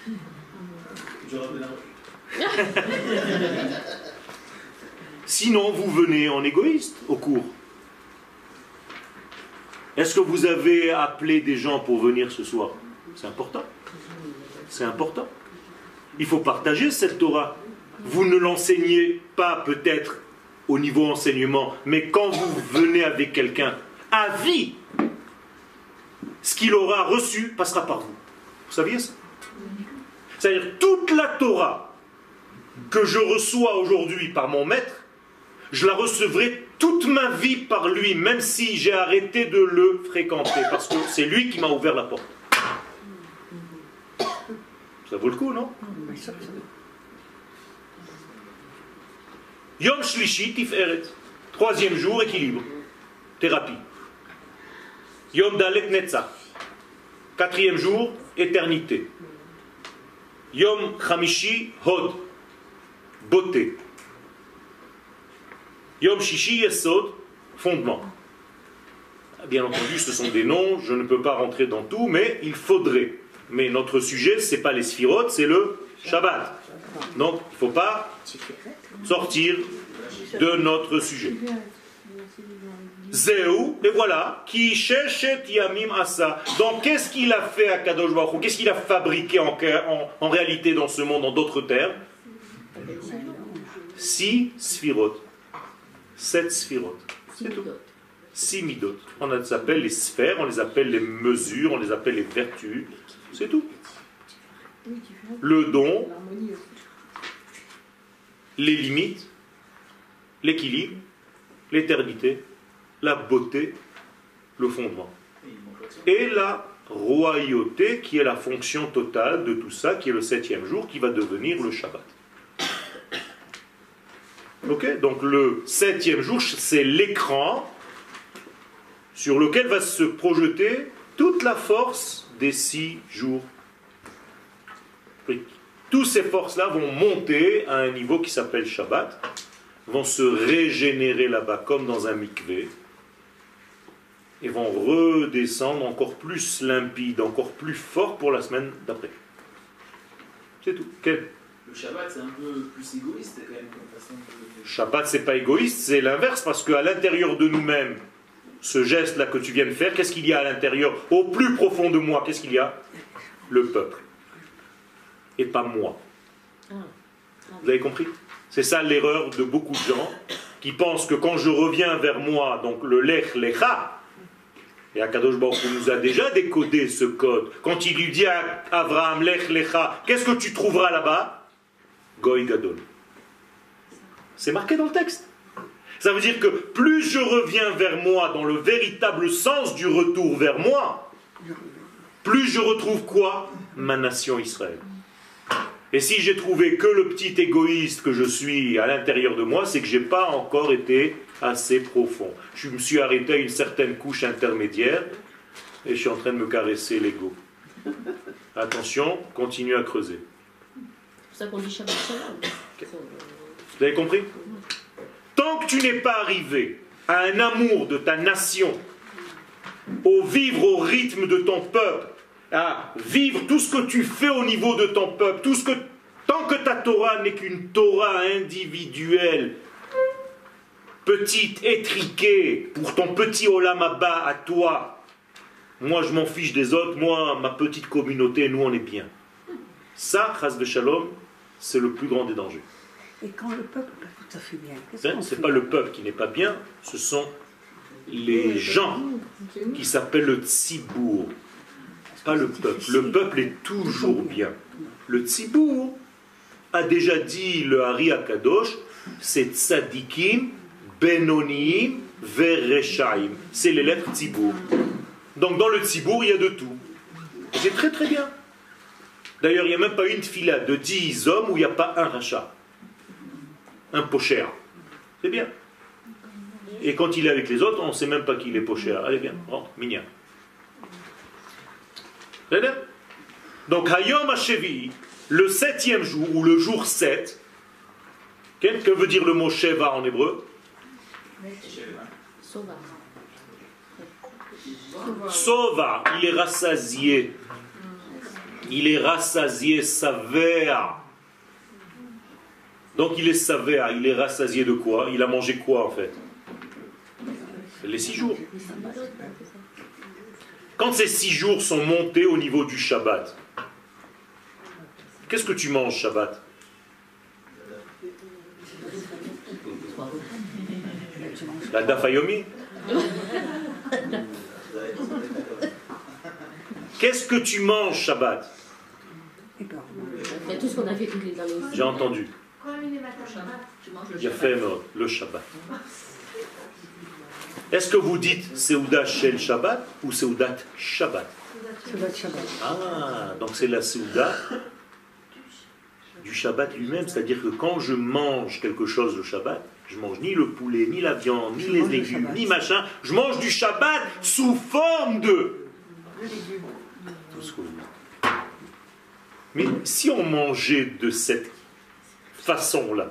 Sinon, vous venez en égoïste au cours. Est-ce que vous avez appelé des gens pour venir ce soir? C'est important. C'est important. Il faut partager cette Torah. Vous ne l'enseignez pas peut-être au niveau enseignement, mais quand vous venez avec quelqu'un, à vie, ce qu'il aura reçu passera par vous. Vous saviez ça? C'est-à-dire toute la Torah que je reçois aujourd'hui par mon maître, je la recevrai toute ma vie par lui, même si j'ai arrêté de le fréquenter, parce que c'est lui qui m'a ouvert la porte. Ça vaut le coup, non? Yom Shlishi Tiferet, 3e jour, équilibre, thérapie. Yom Dalet Netzach, 4e jour, éternité. Yom Chamishi Hod, beauté. Yom Shishi Yesod, fondement. Bien entendu, ce sont des noms, je ne peux pas rentrer dans tout, mais il faudrait. Mais notre sujet, ce n'est pas les sphirotes, c'est le Shabbat. Donc, il ne faut pas sortir de notre sujet. Zéou, et voilà, qui sheshet yamim asa. Donc, qu'est-ce qu'il a fait à Kadosh Baruch Hu? Qu'est-ce qu'il a fabriqué en réalité dans ce monde, en d'autres termes? 6 sphirotes. 7 sphirotes. C'est tout. 6 midot. On les appelle les sphères, on les appelle les mesures, on les appelle les vertus. C'est tout. Le don, les limites, l'équilibre, l'éternité, la beauté, le fondement. Et la royauté qui est la fonction totale de tout ça, qui est le 7e jour, qui va devenir le Shabbat. Ok? Donc le 7e jour, c'est l'écran sur lequel va se projeter toute la force des 6 jours. Toutes ces forces-là vont monter à un niveau qui s'appelle Shabbat, vont se régénérer là-bas comme dans un mikvé, et vont redescendre encore plus limpides, encore plus forts pour la semaine d'après. C'est tout. Quel? Le Shabbat, c'est un peu plus égoïste quand même comme façon de... Shabbat, c'est pas égoïste, c'est l'inverse, parce qu'à l'intérieur de nous-mêmes, ce geste-là que tu viens de faire, qu'est-ce qu'il y a à l'intérieur? Au plus profond de moi, qu'est-ce qu'il y a? Le peuple. Et pas moi. Vous avez compris? C'est ça l'erreur de beaucoup de gens qui pensent que quand je reviens vers moi, donc le Lech Lecha, et Akadosh Baruch Hu nous a déjà décodé ce code, quand il lui dit à Abraham Lech Lecha, qu'est-ce que tu trouveras là-bas? Goy Gadol. C'est marqué dans le texte. Ça veut dire que plus je reviens vers moi dans le véritable sens du retour vers moi, plus je retrouve quoi? Ma nation Israël. Et si j'ai trouvé que le petit égoïste que je suis à l'intérieur de moi, c'est que je n'ai pas encore été assez profond. Je me suis arrêté à une certaine couche intermédiaire et je suis en train de me caresser l'ego. Attention, continue à creuser. C'est pour ça qu'on dit Shabbat Shalom. Okay. Vous avez compris? Tant que tu n'es pas arrivé à un amour de ta nation au vivre au rythme de ton peuple, à vivre tout ce que tu fais au niveau de ton peuple, tant que ta Torah n'est qu'une Torah individuelle, petite, étriquée, pour ton petit Olam Haba à toi, moi je m'en fiche des autres, moi, ma petite communauté, nous on est bien. Ça, chas v'shalom, c'est le plus grand des dangers. Et quand le peuple n'est pas tout à fait bien, qu'est-ce qu'on C'est fait? pas le peuple qui n'est pas bien, ce sont les gens qui s'appellent le tzibour. Pas le peuple. Le peuple est toujours bien. Le tzibour a déjà dit le Hari Akadosh, c'est tzadikim, benoniim, vereshaim. C'est les lettres tzibour. Donc dans le tzibour, il y a de tout. Et c'est très très bien. D'ailleurs, il n'y a même pas une fila de 10 hommes où il n'y a pas un rachat. Un pocher. C'est bien. Et quand il est avec les autres, on ne sait même pas qu'il est pocher. Allez, viens, rentre, mignon. Donc, Hayom HaShevi, le 7e jour, ou le jour 7, que veut dire le mot Sheva en hébreu? Sova. Sova, il est rassasié. Il est rassasié, savea. Donc il est savea, il est rassasié de quoi? Il a mangé quoi en fait? Les 6 jours. Quand ces 6 jours sont montés au niveau du Shabbat, qu'est-ce que tu manges Shabbat? La dafayomi? Qu'est-ce que tu manges Shabbat? Il y a tout ce qu'on a fait toutes les années. J'ai entendu. Il y a fait le Shabbat. Est-ce que vous dites Seudat Shel Shabbat ou Seudat Shabbat? Ah, donc c'est la Seudat du Shabbat lui-même, c'est-à-dire que quand je mange quelque chose le Shabbat, je mange ni le poulet, ni la viande, ni les légumes, ni machin, je mange du Shabbat sous forme de tout ce que vous dites. Mais si on mangeait de cette façon-là,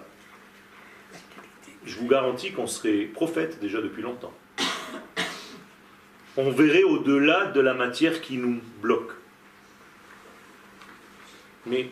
je vous garantis qu'on serait prophète déjà depuis longtemps. On verrait au-delà de la matière qui nous bloque. Mais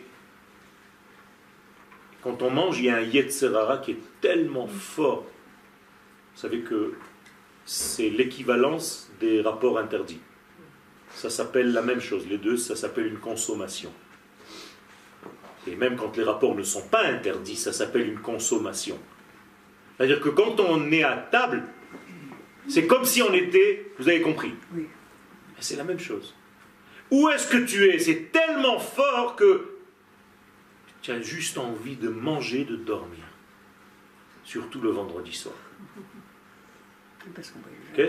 quand on mange, il y a un Yetzer Hara qui est tellement fort. Vous savez que c'est l'équivalence des rapports interdits. Ça s'appelle la même chose. Les deux, ça s'appelle une consommation. Et même quand les rapports ne sont pas interdits, ça s'appelle une consommation. C'est-à-dire que quand on est à table, c'est comme si on était, vous avez compris. Oui. C'est la même chose. Où est-ce que tu es? C'est tellement fort que tu as juste envie de manger, de dormir. Surtout le vendredi soir. Ok?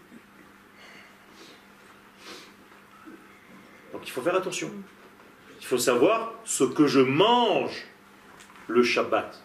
Donc il faut faire attention. Il faut savoir ce que je mange le Shabbat.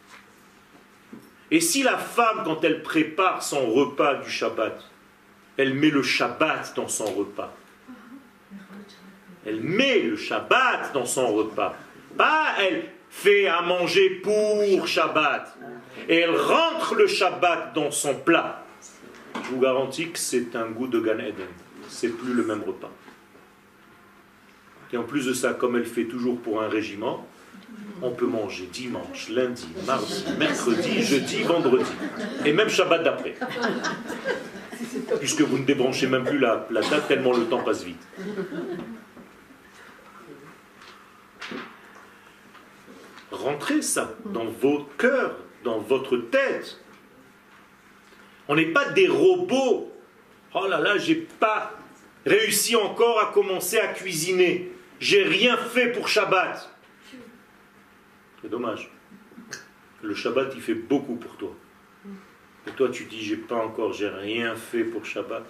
Et si la femme, quand elle prépare son repas du Shabbat, elle met le Shabbat dans son repas. Elle met le Shabbat dans son repas. Pas elle fait à manger pour Shabbat. Et elle rentre le Shabbat dans son plat. Je vous garantis que c'est un goût de Gan Eden. C'est plus le même repas. Et en plus de ça, comme elle fait toujours pour un régiment, on peut manger dimanche, lundi, mardi, mercredi, jeudi, vendredi. Et même Shabbat d'après. Puisque vous ne débranchez même plus la date tellement le temps passe vite. Rentrez ça dans vos cœurs, dans votre tête. On n'est pas des robots. Oh là là, j'ai pas réussi encore à commencer à cuisiner. J'ai rien fait pour Shabbat. C'est dommage. Le Shabbat, il fait beaucoup pour toi. Et toi, tu dis, j'ai rien fait pour Shabbat.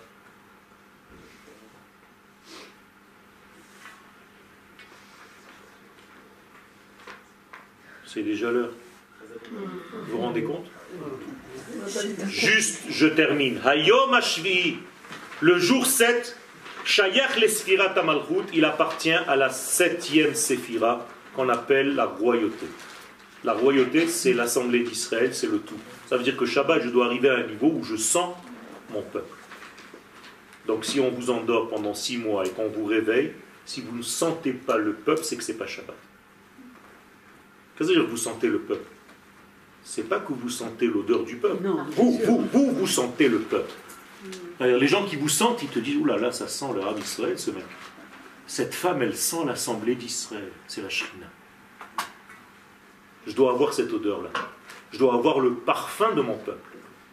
C'est déjà l'heure. Vous vous rendez compte? Juste, je termine. Hayom Hashvi, le jour 7, Shayach l'Esfirat Amalchut, il appartient à la 7e Séphira, qu'on appelle la royauté. La royauté, c'est l'assemblée d'Israël, c'est le tout. Ça veut dire que Shabbat, je dois arriver à un niveau où je sens mon peuple. Donc si on vous endort pendant 6 mois et qu'on vous réveille, si vous ne sentez pas le peuple, c'est que ce n'est pas Shabbat. Qu'est-ce que ça veut dire que vous sentez le peuple? C'est pas que vous sentez l'odeur du peuple. Non, Vous sentez le peuple. Alors, les gens qui vous sentent, ils te disent, oulala, là, ça sent le Rav Israël, ce mec. Cette femme, elle sent l'assemblée d'Israël. C'est la Shrina. Je dois avoir cette odeur-là. Je dois avoir le parfum de mon peuple.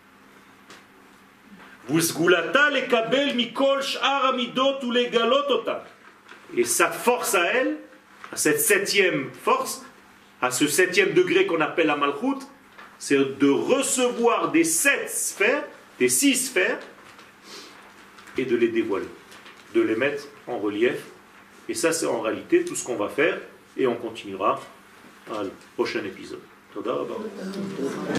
Et sa force à elle, à cette 7e force, à ce 7e degré qu'on appelle la Malchut, c'est de recevoir des 7 sphères, des 6 sphères, et de les dévoiler, de les mettre en relief. Et ça, c'est en réalité tout ce qu'on va faire, et on continuera à le prochain épisode.